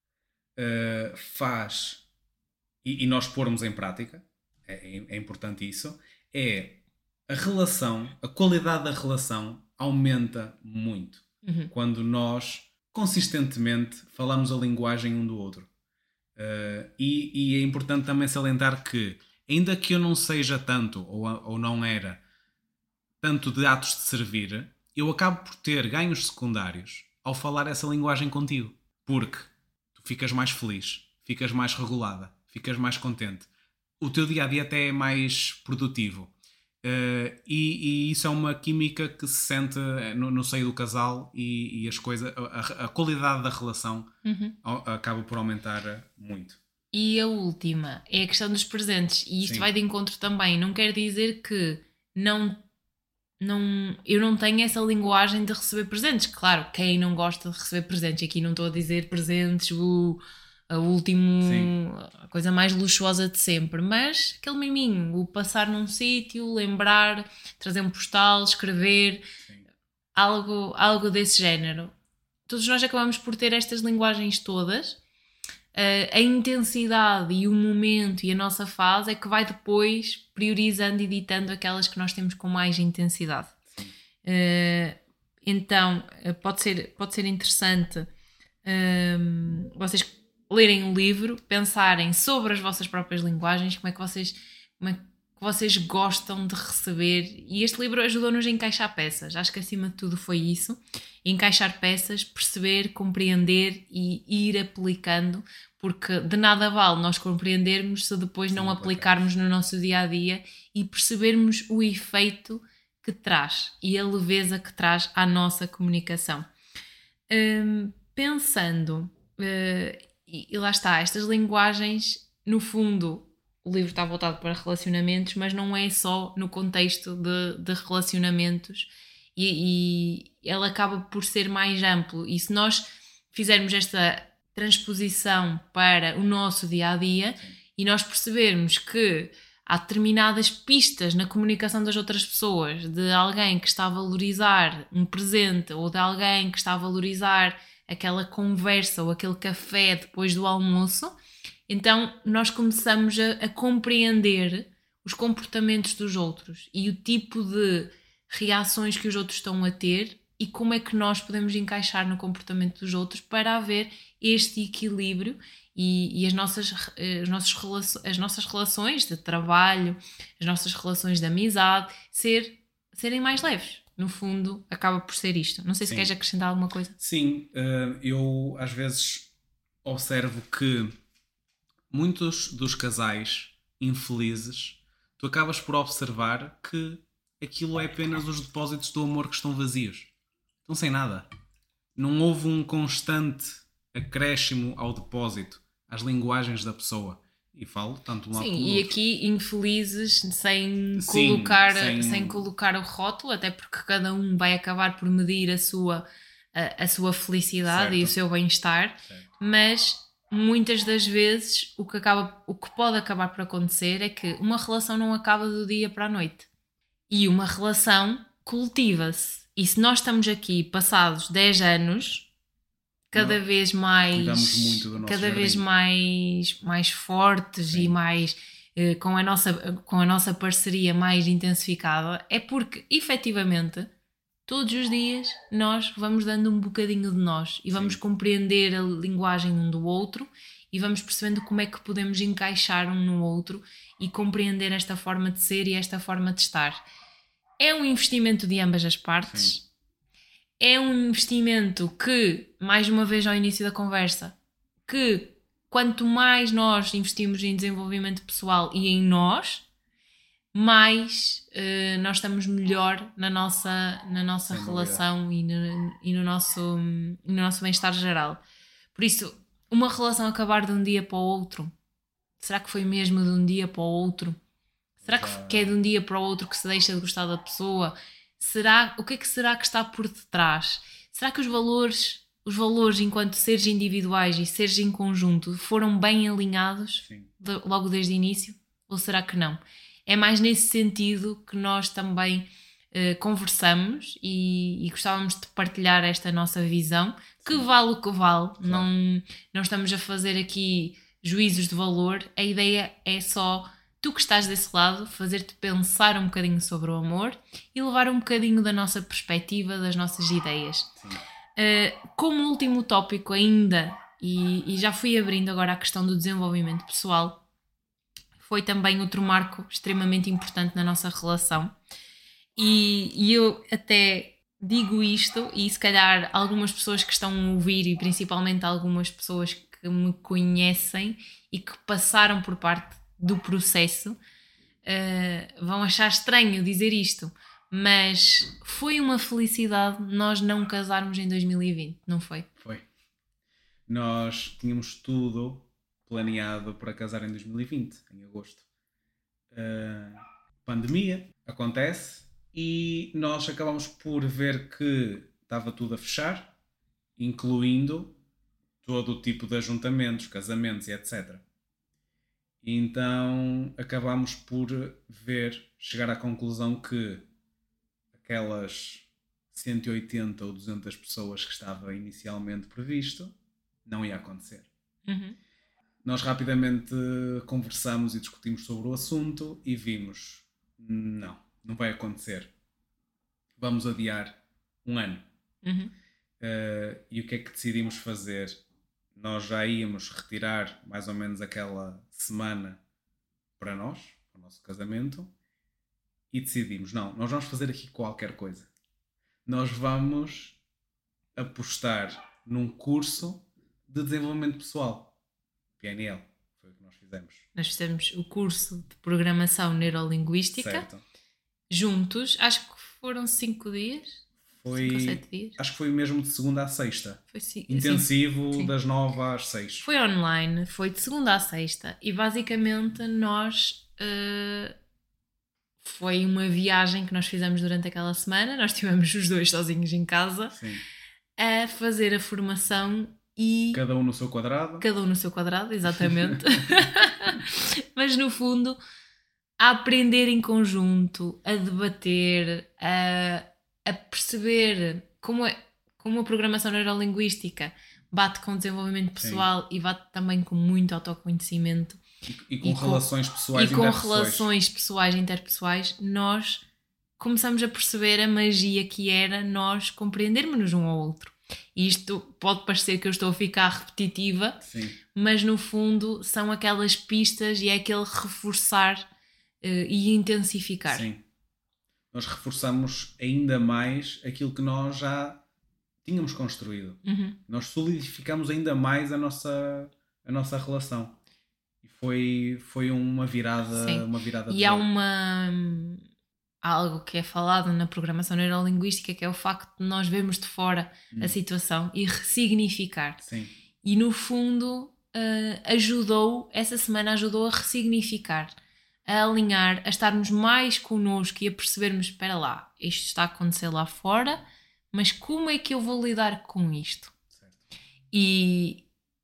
[SPEAKER 2] uh, faz... E, e nós pormos em prática, é, é importante isso, é a relação, a qualidade da relação aumenta muito. Uhum. Quando nós consistentemente falamos a linguagem um do outro. Uh, e, e é importante também salientar que, ainda que eu não seja tanto, ou, ou não era, tanto de atos de servir, eu acabo por ter ganhos secundários ao falar essa linguagem contigo. Porque tu ficas mais feliz, ficas mais regulada, ficas mais contente. O teu dia-a-dia até é mais produtivo. Uh, e, e isso é uma química que se sente no, no seio do casal, e, e as coisas, a, a qualidade da relação uhum. acaba por aumentar muito.
[SPEAKER 1] E a última é a questão dos presentes. E isto Sim. vai de encontro também. Não quer dizer que não, não, eu não tenho essa linguagem de receber presentes. Claro, quem não gosta de receber presentes. Aqui não estou a dizer presentes... Uh, a última a coisa mais luxuosa de sempre, mas aquele miminho, o passar num sítio, lembrar, trazer um postal, escrever, algo, algo desse género. Todos nós acabamos por ter estas linguagens todas. Uh, a intensidade e o momento e a nossa fase é que vai depois priorizando e ditando aquelas que nós temos com mais intensidade. Uh, então pode ser, pode ser interessante uh, vocês lerem um livro, pensarem sobre as vossas próprias linguagens, como é que vocês, como é que vocês gostam de receber, e este livro ajudou-nos a encaixar peças. Acho que acima de tudo foi isso, encaixar peças, perceber, compreender e ir aplicando, porque de nada vale nós compreendermos se depois não Sim, aplicarmos no nosso dia-a-dia e percebermos o efeito que traz e a leveza que traz à nossa comunicação. Hum, pensando... Uh, E, e lá está, estas linguagens, no fundo, o livro está voltado para relacionamentos, mas não é só no contexto de, de relacionamentos, e, e ela acaba por ser mais amplo. E se nós fizermos esta transposição para o nosso dia-a-dia e nós percebermos que há determinadas pistas na comunicação das outras pessoas, de alguém que está a valorizar um presente, ou de alguém que está a valorizar aquela conversa ou aquele café depois do almoço, então nós começamos a, a compreender os comportamentos dos outros e o tipo de reações que os outros estão a ter, e como é que nós podemos encaixar no comportamento dos outros para haver este equilíbrio e, e as, nossas, as, nossas as nossas relações de trabalho, as nossas relações de amizade ser, serem mais leves. No fundo, acaba por ser isto. Não sei se
[SPEAKER 2] Sim.
[SPEAKER 1] queres acrescentar alguma coisa.
[SPEAKER 2] Sim, eu às vezes observo que muitos dos casais infelizes, tu acabas por observar que aquilo é apenas os depósitos do amor que estão vazios. Estão sem nada. Não houve um constante acréscimo ao depósito, às linguagens da pessoa. E falo tanto um lado
[SPEAKER 1] Sim,
[SPEAKER 2] como
[SPEAKER 1] e
[SPEAKER 2] do outro.
[SPEAKER 1] aqui infelizes sem,
[SPEAKER 2] Sim,
[SPEAKER 1] colocar,
[SPEAKER 2] sem...
[SPEAKER 1] sem colocar o rótulo, até porque cada um vai acabar por medir a sua, a, a sua felicidade
[SPEAKER 2] Certo.
[SPEAKER 1] e o seu bem-estar,
[SPEAKER 2] Certo.
[SPEAKER 1] mas muitas das vezes o que, acaba, o que pode acabar por acontecer é que uma relação não acaba do dia para a noite. E uma relação cultiva-se. E se nós estamos aqui passados dez anos, cada
[SPEAKER 2] Não,
[SPEAKER 1] vez mais
[SPEAKER 2] cuidamos muito do nosso
[SPEAKER 1] cada
[SPEAKER 2] jardim.
[SPEAKER 1] vez mais, mais fortes
[SPEAKER 2] Sim.
[SPEAKER 1] e mais eh, com, a nossa, com a nossa parceria mais intensificada, é porque efetivamente todos os dias nós vamos dando um bocadinho de nós e vamos
[SPEAKER 2] Sim.
[SPEAKER 1] compreender a linguagem um do outro e vamos percebendo como é que podemos encaixar um no outro e compreender esta forma de ser e esta forma de estar. É um investimento de ambas as partes.
[SPEAKER 2] Sim.
[SPEAKER 1] É um investimento que, mais uma vez ao início da conversa, que quanto mais nós investimos em desenvolvimento pessoal e em nós, mais uh, nós estamos melhor na nossa, na nossa relação e no, e no nosso, no nosso bem-estar geral. Por isso, uma relação acabar de um dia para o outro, será que foi mesmo de um dia para o outro? Será que, que é de um dia para o outro que se deixa de gostar da pessoa? Será, o que é que será que está por detrás? Será que os valores, os valores enquanto seres individuais e seres em conjunto foram bem alinhados de, logo desde o início? Ou será que não? É mais nesse sentido que nós também uh, conversamos e, e gostávamos de partilhar esta nossa visão, que Sim. vale o que vale. Claro. Não, não estamos a fazer aqui juízos de valor. A ideia é só... tu que estás desse lado, fazer-te pensar um bocadinho sobre o amor e levar um bocadinho da nossa perspectiva, das nossas ideias. Uh, como último tópico ainda, e, e já fui abrindo agora a questão do desenvolvimento pessoal, foi também outro marco extremamente importante na nossa relação. E, e eu até digo isto, e se calhar algumas pessoas que estão a ouvir, e principalmente algumas pessoas que me conhecem e que passaram por parte do processo, uh, vão achar estranho dizer isto, mas foi uma felicidade nós não casarmos em dois mil e vinte, não foi?
[SPEAKER 2] Foi. Nós tínhamos tudo planeado para casar em dois mil e vinte, em agosto. Uh, pandemia acontece e nós acabamos por ver que estava tudo a fechar, incluindo todo o tipo de ajuntamentos, casamentos e etcétera. E então acabámos por ver, chegar à conclusão que aquelas cento e oitenta ou duzentas pessoas que estava inicialmente previsto não ia acontecer.
[SPEAKER 1] Uhum.
[SPEAKER 2] Nós rapidamente conversamos e discutimos sobre o assunto e vimos, não, não vai acontecer. Vamos adiar um ano.
[SPEAKER 1] Uhum.
[SPEAKER 2] Uh, e o que é que decidimos fazer? Nós já íamos retirar mais ou menos aquela semana para nós, para o nosso casamento, e decidimos, não, nós vamos fazer aqui qualquer coisa. Nós vamos apostar num curso de desenvolvimento pessoal. P N L, foi o que nós fizemos.
[SPEAKER 1] Nós fizemos o curso de Programação Neurolinguística, certo. Juntos, acho que foram cinco dias.
[SPEAKER 2] Foi,
[SPEAKER 1] cinco ou sete dias.
[SPEAKER 2] Acho que foi mesmo de segunda à sexta.
[SPEAKER 1] Foi sim,
[SPEAKER 2] intensivo,
[SPEAKER 1] sim.
[SPEAKER 2] Das nove às seis.
[SPEAKER 1] Foi online, foi de segunda à sexta. E basicamente nós... Uh, foi uma viagem que nós fizemos durante aquela semana. Nós estivemos os dois sozinhos em casa.
[SPEAKER 2] Sim.
[SPEAKER 1] A fazer a formação e...
[SPEAKER 2] Cada um no seu quadrado.
[SPEAKER 1] Cada um no seu quadrado, exatamente. Mas no fundo, a aprender em conjunto, a debater, a... a perceber como, é, como a programação neurolinguística bate com o desenvolvimento pessoal. Sim. E bate também com muito autoconhecimento
[SPEAKER 2] e, e com e relações
[SPEAKER 1] com,
[SPEAKER 2] pessoais
[SPEAKER 1] e com relações pessoais e interpessoais, nós começamos a perceber a magia que era nós compreendermos-nos um ao outro. E isto pode parecer que eu estou a ficar repetitiva,
[SPEAKER 2] Sim.
[SPEAKER 1] mas no fundo são aquelas pistas e é aquele reforçar uh, e intensificar.
[SPEAKER 2] Sim. Nós reforçamos ainda mais aquilo que nós já tínhamos construído.
[SPEAKER 1] Uhum.
[SPEAKER 2] Nós solidificamos ainda mais a nossa, a nossa relação. E foi, foi uma virada,
[SPEAKER 1] Sim.
[SPEAKER 2] uma virada.
[SPEAKER 1] E há uma... Há algo que é falado na programação neurolinguística, que é o facto de nós vermos de fora hum. a situação e ressignificar.
[SPEAKER 2] Sim.
[SPEAKER 1] E no fundo uh, ajudou, essa semana ajudou a ressignificar, a alinhar, a estarmos mais connosco e a percebermos, espera lá, isto está a acontecer lá fora, mas como é que eu vou lidar com isto?
[SPEAKER 2] Certo.
[SPEAKER 1] E,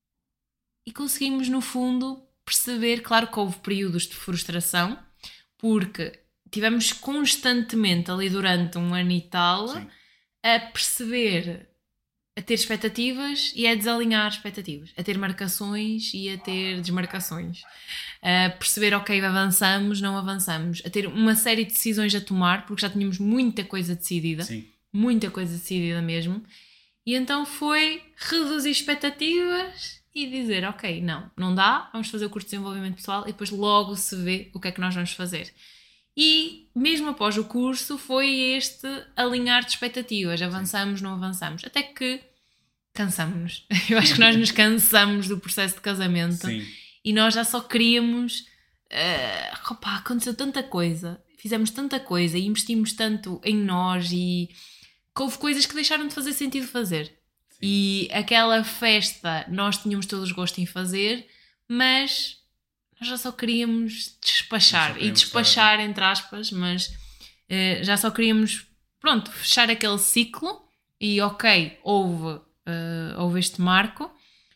[SPEAKER 1] e conseguimos no fundo perceber, claro que houve períodos de frustração, porque tivemos constantemente ali durante um ano e tal Sim. a perceber, a ter expectativas e a desalinhar expectativas, a ter marcações e a ter desmarcações, a perceber, ok, avançamos, não avançamos, a ter uma série de decisões a tomar, porque já tínhamos muita coisa decidida,
[SPEAKER 2] Sim.
[SPEAKER 1] muita coisa decidida mesmo, e então foi reduzir expectativas e dizer, ok, não, não dá, vamos fazer o curso de desenvolvimento pessoal e depois logo se vê o que é que nós vamos fazer. E mesmo após o curso foi este alinhar de expectativas, avançamos, não avançamos, até que cansamos-nos. Eu acho que nós nos cansamos do processo de casamento.
[SPEAKER 2] Sim.
[SPEAKER 1] E nós já só queríamos, uh, opa, aconteceu tanta coisa, fizemos tanta coisa e investimos tanto em nós e que houve coisas que deixaram de fazer sentido fazer. Sim. E aquela festa nós tínhamos todos gosto em fazer, mas... nós já só queríamos despachar, só queríamos e despachar estar... entre aspas, mas uh, já só queríamos, pronto, fechar aquele ciclo e ok, houve, uh, houve este marco,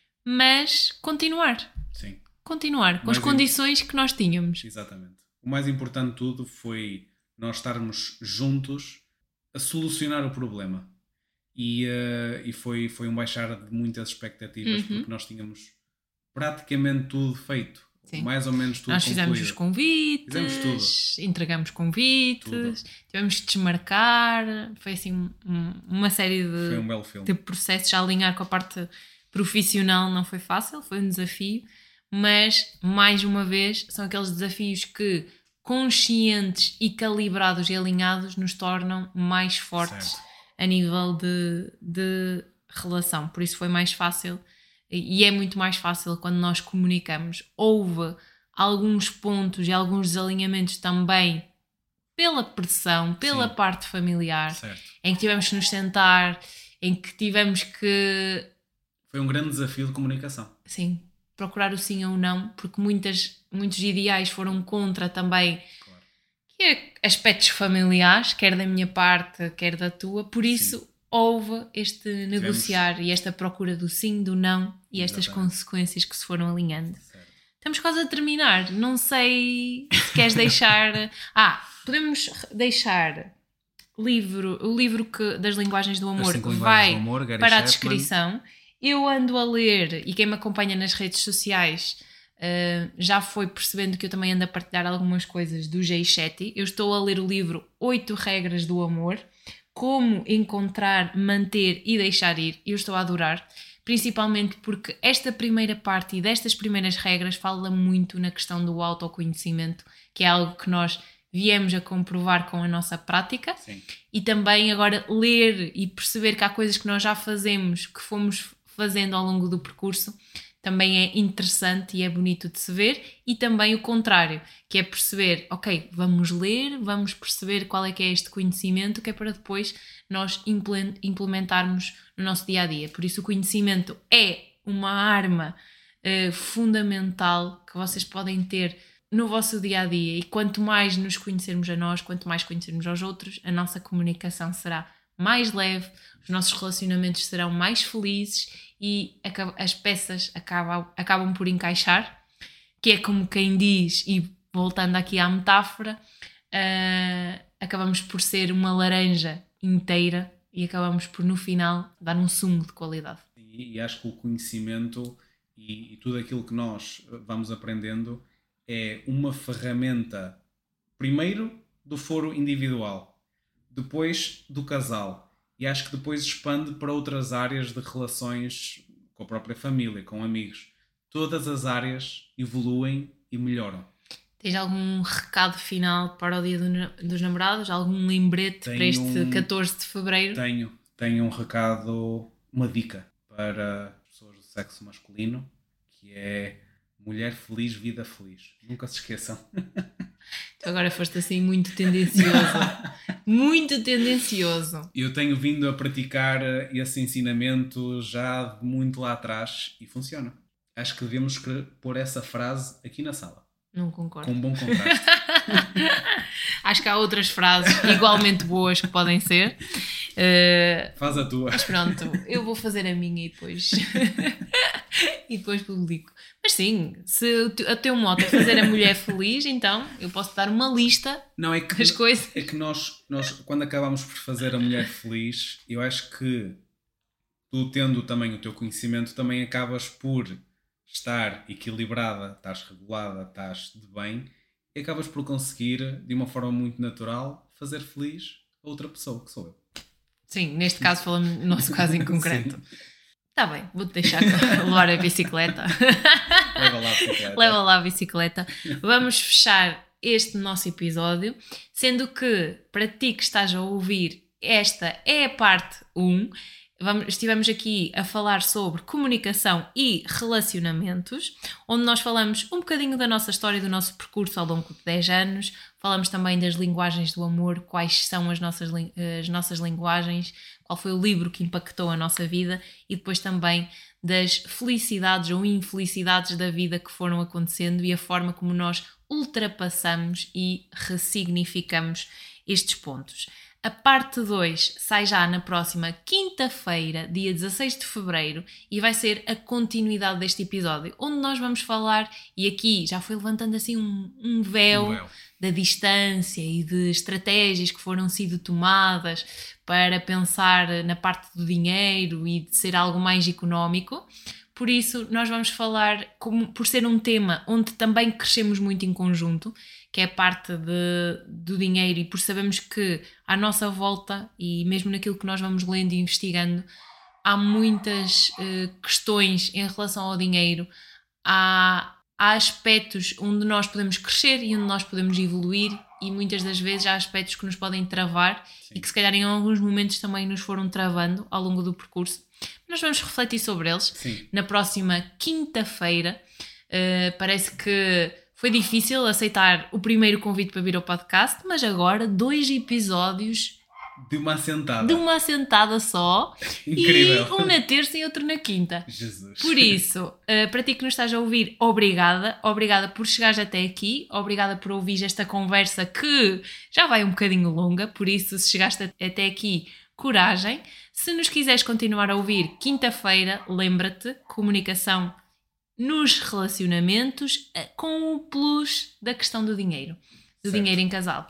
[SPEAKER 1] mas continuar.
[SPEAKER 2] Sim.
[SPEAKER 1] Continuar com as condições que nós tínhamos.
[SPEAKER 2] Exatamente. O mais importante de tudo foi nós estarmos juntos a solucionar o problema. E, uh, e foi, foi um baixar de muitas expectativas, uhum. porque nós tínhamos praticamente tudo feito. Sim. Mais ou menos tudo
[SPEAKER 1] Nós fizemos
[SPEAKER 2] concluído.
[SPEAKER 1] os convites, fizemos tudo. Entregamos convites, tudo. Tivemos de desmarcar, foi assim um, uma série de,
[SPEAKER 2] foi um belo filme.
[SPEAKER 1] de processos a alinhar com a parte profissional, não foi fácil, foi um desafio, mas mais uma vez são aqueles desafios que conscientes e calibrados e alinhados nos tornam mais fortes certo. A nível de, de relação, por isso foi mais fácil. E é muito mais fácil quando nós comunicamos. Houve alguns pontos e alguns desalinhamentos também pela pressão, pela Sim. parte familiar, certo. Em que tivemos que nos sentar, em que tivemos que...
[SPEAKER 2] Foi um grande desafio de comunicação.
[SPEAKER 1] Sim, procurar o sim ou não, porque muitas, muitos ideais foram contra também claro. Que é aspectos familiares, quer da minha parte, quer da tua, por isso... Sim. Houve este negociar Tivemos... e esta procura do sim, do não e estas Exatamente. Consequências que se foram alinhando. Certo. Estamos quase a terminar. Não sei se queres deixar... Ah, podemos deixar livro, o livro que, das linguagens do amor vai do amor, para Chapman. A descrição. Eu ando a ler e quem me acompanha nas redes sociais uh, já foi percebendo que eu também ando a partilhar algumas coisas do Jay Shetty. Eu estou a ler o livro Oito Regras do Amor. Como encontrar, manter e deixar ir. Eu estou a adorar, principalmente porque esta primeira parte e destas primeiras regras fala muito na questão do autoconhecimento, que é algo que nós viemos a comprovar com a nossa prática.
[SPEAKER 2] Sim.
[SPEAKER 1] E também agora ler e perceber que há coisas que nós já fazemos, que fomos fazendo ao longo do percurso, também é interessante e é bonito de se ver, e também o contrário, que é perceber, ok, vamos ler, vamos perceber qual é que é este conhecimento, que é para depois nós implementarmos no nosso dia-a-dia. Por isso o conhecimento é uma arma uh, fundamental que vocês podem ter no vosso dia-a-dia, e quanto mais nos conhecermos a nós, quanto mais conhecermos aos outros, a nossa comunicação será mais leve, os nossos relacionamentos serão mais felizes e as peças acabam, acabam por encaixar, que é como quem diz, e voltando aqui à metáfora, uh, acabamos por ser uma laranja inteira e acabamos por no final dar um sumo de qualidade.
[SPEAKER 2] E, e acho que o conhecimento e, e tudo aquilo que nós vamos aprendendo é uma ferramenta, primeiro, do foro individual, depois do casal. E acho que depois expande para outras áreas de relações com a própria família, com amigos. Todas as áreas evoluem e melhoram.
[SPEAKER 1] Tens algum recado final para o Dia do, dos Namorados? Algum lembrete
[SPEAKER 2] tenho
[SPEAKER 1] para este
[SPEAKER 2] um,
[SPEAKER 1] catorze de fevereiro?
[SPEAKER 2] Tenho. Tenho um recado, uma dica para pessoas do sexo masculino, que é mulher feliz, vida feliz. Nunca se esqueçam.
[SPEAKER 1] Tu agora foste assim muito tendencioso. Muito tendencioso.
[SPEAKER 2] Eu tenho vindo a praticar esse ensinamento já de muito lá atrás e funciona. Acho que devemos pôr essa frase aqui na sala.
[SPEAKER 1] Não concordo.
[SPEAKER 2] Com um bom contraste.
[SPEAKER 1] Acho que há outras frases igualmente boas que podem ser. Uh,
[SPEAKER 2] Faz a tua.
[SPEAKER 1] Mas pronto, eu vou fazer a minha e depois e depois publico. Mas sim, se o teu moto é fazer a mulher feliz, então eu posso dar uma lista
[SPEAKER 2] Não, é que,
[SPEAKER 1] das coisas.
[SPEAKER 2] É que nós, nós, quando acabamos por fazer a mulher feliz, eu acho que tu, tendo também o teu conhecimento, também acabas por estar equilibrada, estás regulada, estás de bem, e acabas por conseguir, de uma forma muito natural, fazer feliz a outra pessoa, que sou eu.
[SPEAKER 1] Sim, neste caso falamos no nosso caso em concreto. Está bem, vou-te deixar levar a bicicleta.
[SPEAKER 2] Leva lá a bicicleta.
[SPEAKER 1] Leva lá a bicicleta. Vamos fechar este nosso episódio, sendo que, para ti que estás a ouvir, esta é a parte um. Vamos, estivemos aqui a falar sobre comunicação e relacionamentos, onde nós falamos um bocadinho da nossa história e do nosso percurso ao longo de dez anos, falamos também das linguagens do amor, quais são as nossas, as nossas linguagens, qual foi o livro que impactou a nossa vida e depois também das felicidades ou infelicidades da vida que foram acontecendo e a forma como nós ultrapassamos e ressignificamos estes pontos. A parte dois sai já na próxima quinta-feira, dia dezasseis de fevereiro, e vai ser a continuidade deste episódio, onde nós vamos falar, e aqui já foi levantando assim um, um véu, um véu da distância e de estratégias que foram sido tomadas para pensar na parte do dinheiro e de ser algo mais económico. Por isso, nós vamos falar, como, por ser um tema onde também crescemos muito em conjunto, que é a parte de, do dinheiro, e por sabermos que à nossa volta, e mesmo naquilo que nós vamos lendo e investigando, há muitas uh, questões em relação ao dinheiro, há, há aspectos onde nós podemos crescer e onde nós podemos evoluir, e muitas das vezes há aspectos que nos podem travar. Sim. E que se calhar em alguns momentos também nos foram travando ao longo do percurso. Nós vamos refletir sobre eles. Sim. Na próxima quinta-feira. Uh, parece que foi difícil aceitar o primeiro convite para vir ao podcast, mas agora dois episódios
[SPEAKER 2] de uma assentada.
[SPEAKER 1] De uma assentada só.
[SPEAKER 2] Incrível.
[SPEAKER 1] E um na terça e outro na quinta.
[SPEAKER 2] Jesus.
[SPEAKER 1] Por isso, uh, para ti que nos estás a ouvir, obrigada. Obrigada por chegares até aqui. Obrigada por ouvir esta conversa que já vai um bocadinho longa. Por isso, se chegaste até aqui, coragem. Se nos quiseres continuar a ouvir, quinta-feira, lembra-te, comunicação nos relacionamentos com o plus da questão do dinheiro, do certo. Dinheiro em casal.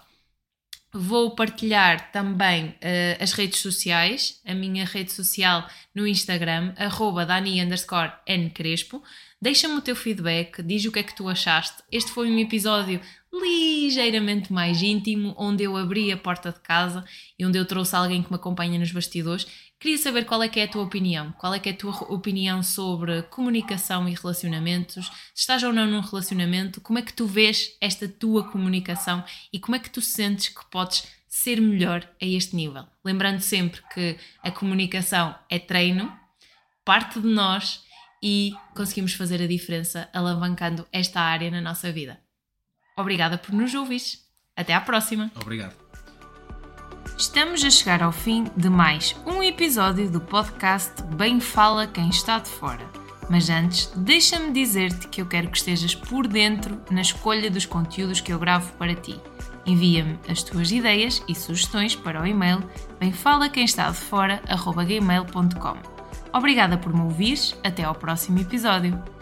[SPEAKER 1] Vou partilhar também uh, as redes sociais, a minha rede social no Instagram, arroba Dani underscore N Crespo. Deixa-me o teu feedback, diz o que é que tu achaste. Este foi um episódio ligeiramente mais íntimo, onde eu abri a porta de casa e onde eu trouxe alguém que me acompanha nos bastidores. Queria saber qual é que é a tua opinião, qual é que é a tua opinião sobre comunicação e relacionamentos, se estás ou não num relacionamento, como é que tu vês esta tua comunicação e como é que tu sentes que podes ser melhor a este nível. Lembrando sempre que a comunicação é treino, parte de nós e conseguimos fazer a diferença alavancando esta área na nossa vida. Obrigada por nos ouvir. Até à próxima.
[SPEAKER 2] Obrigado.
[SPEAKER 1] Estamos a chegar ao fim de mais um episódio do podcast Bem Fala Quem Está de Fora. Mas antes, deixa-me dizer-te que eu quero que estejas por dentro na escolha dos conteúdos que eu gravo para ti. Envia-me as tuas ideias e sugestões para o e-mail bem fala quem está de fora arroba gmail ponto com. Obrigada por me ouvires. Até ao próximo episódio.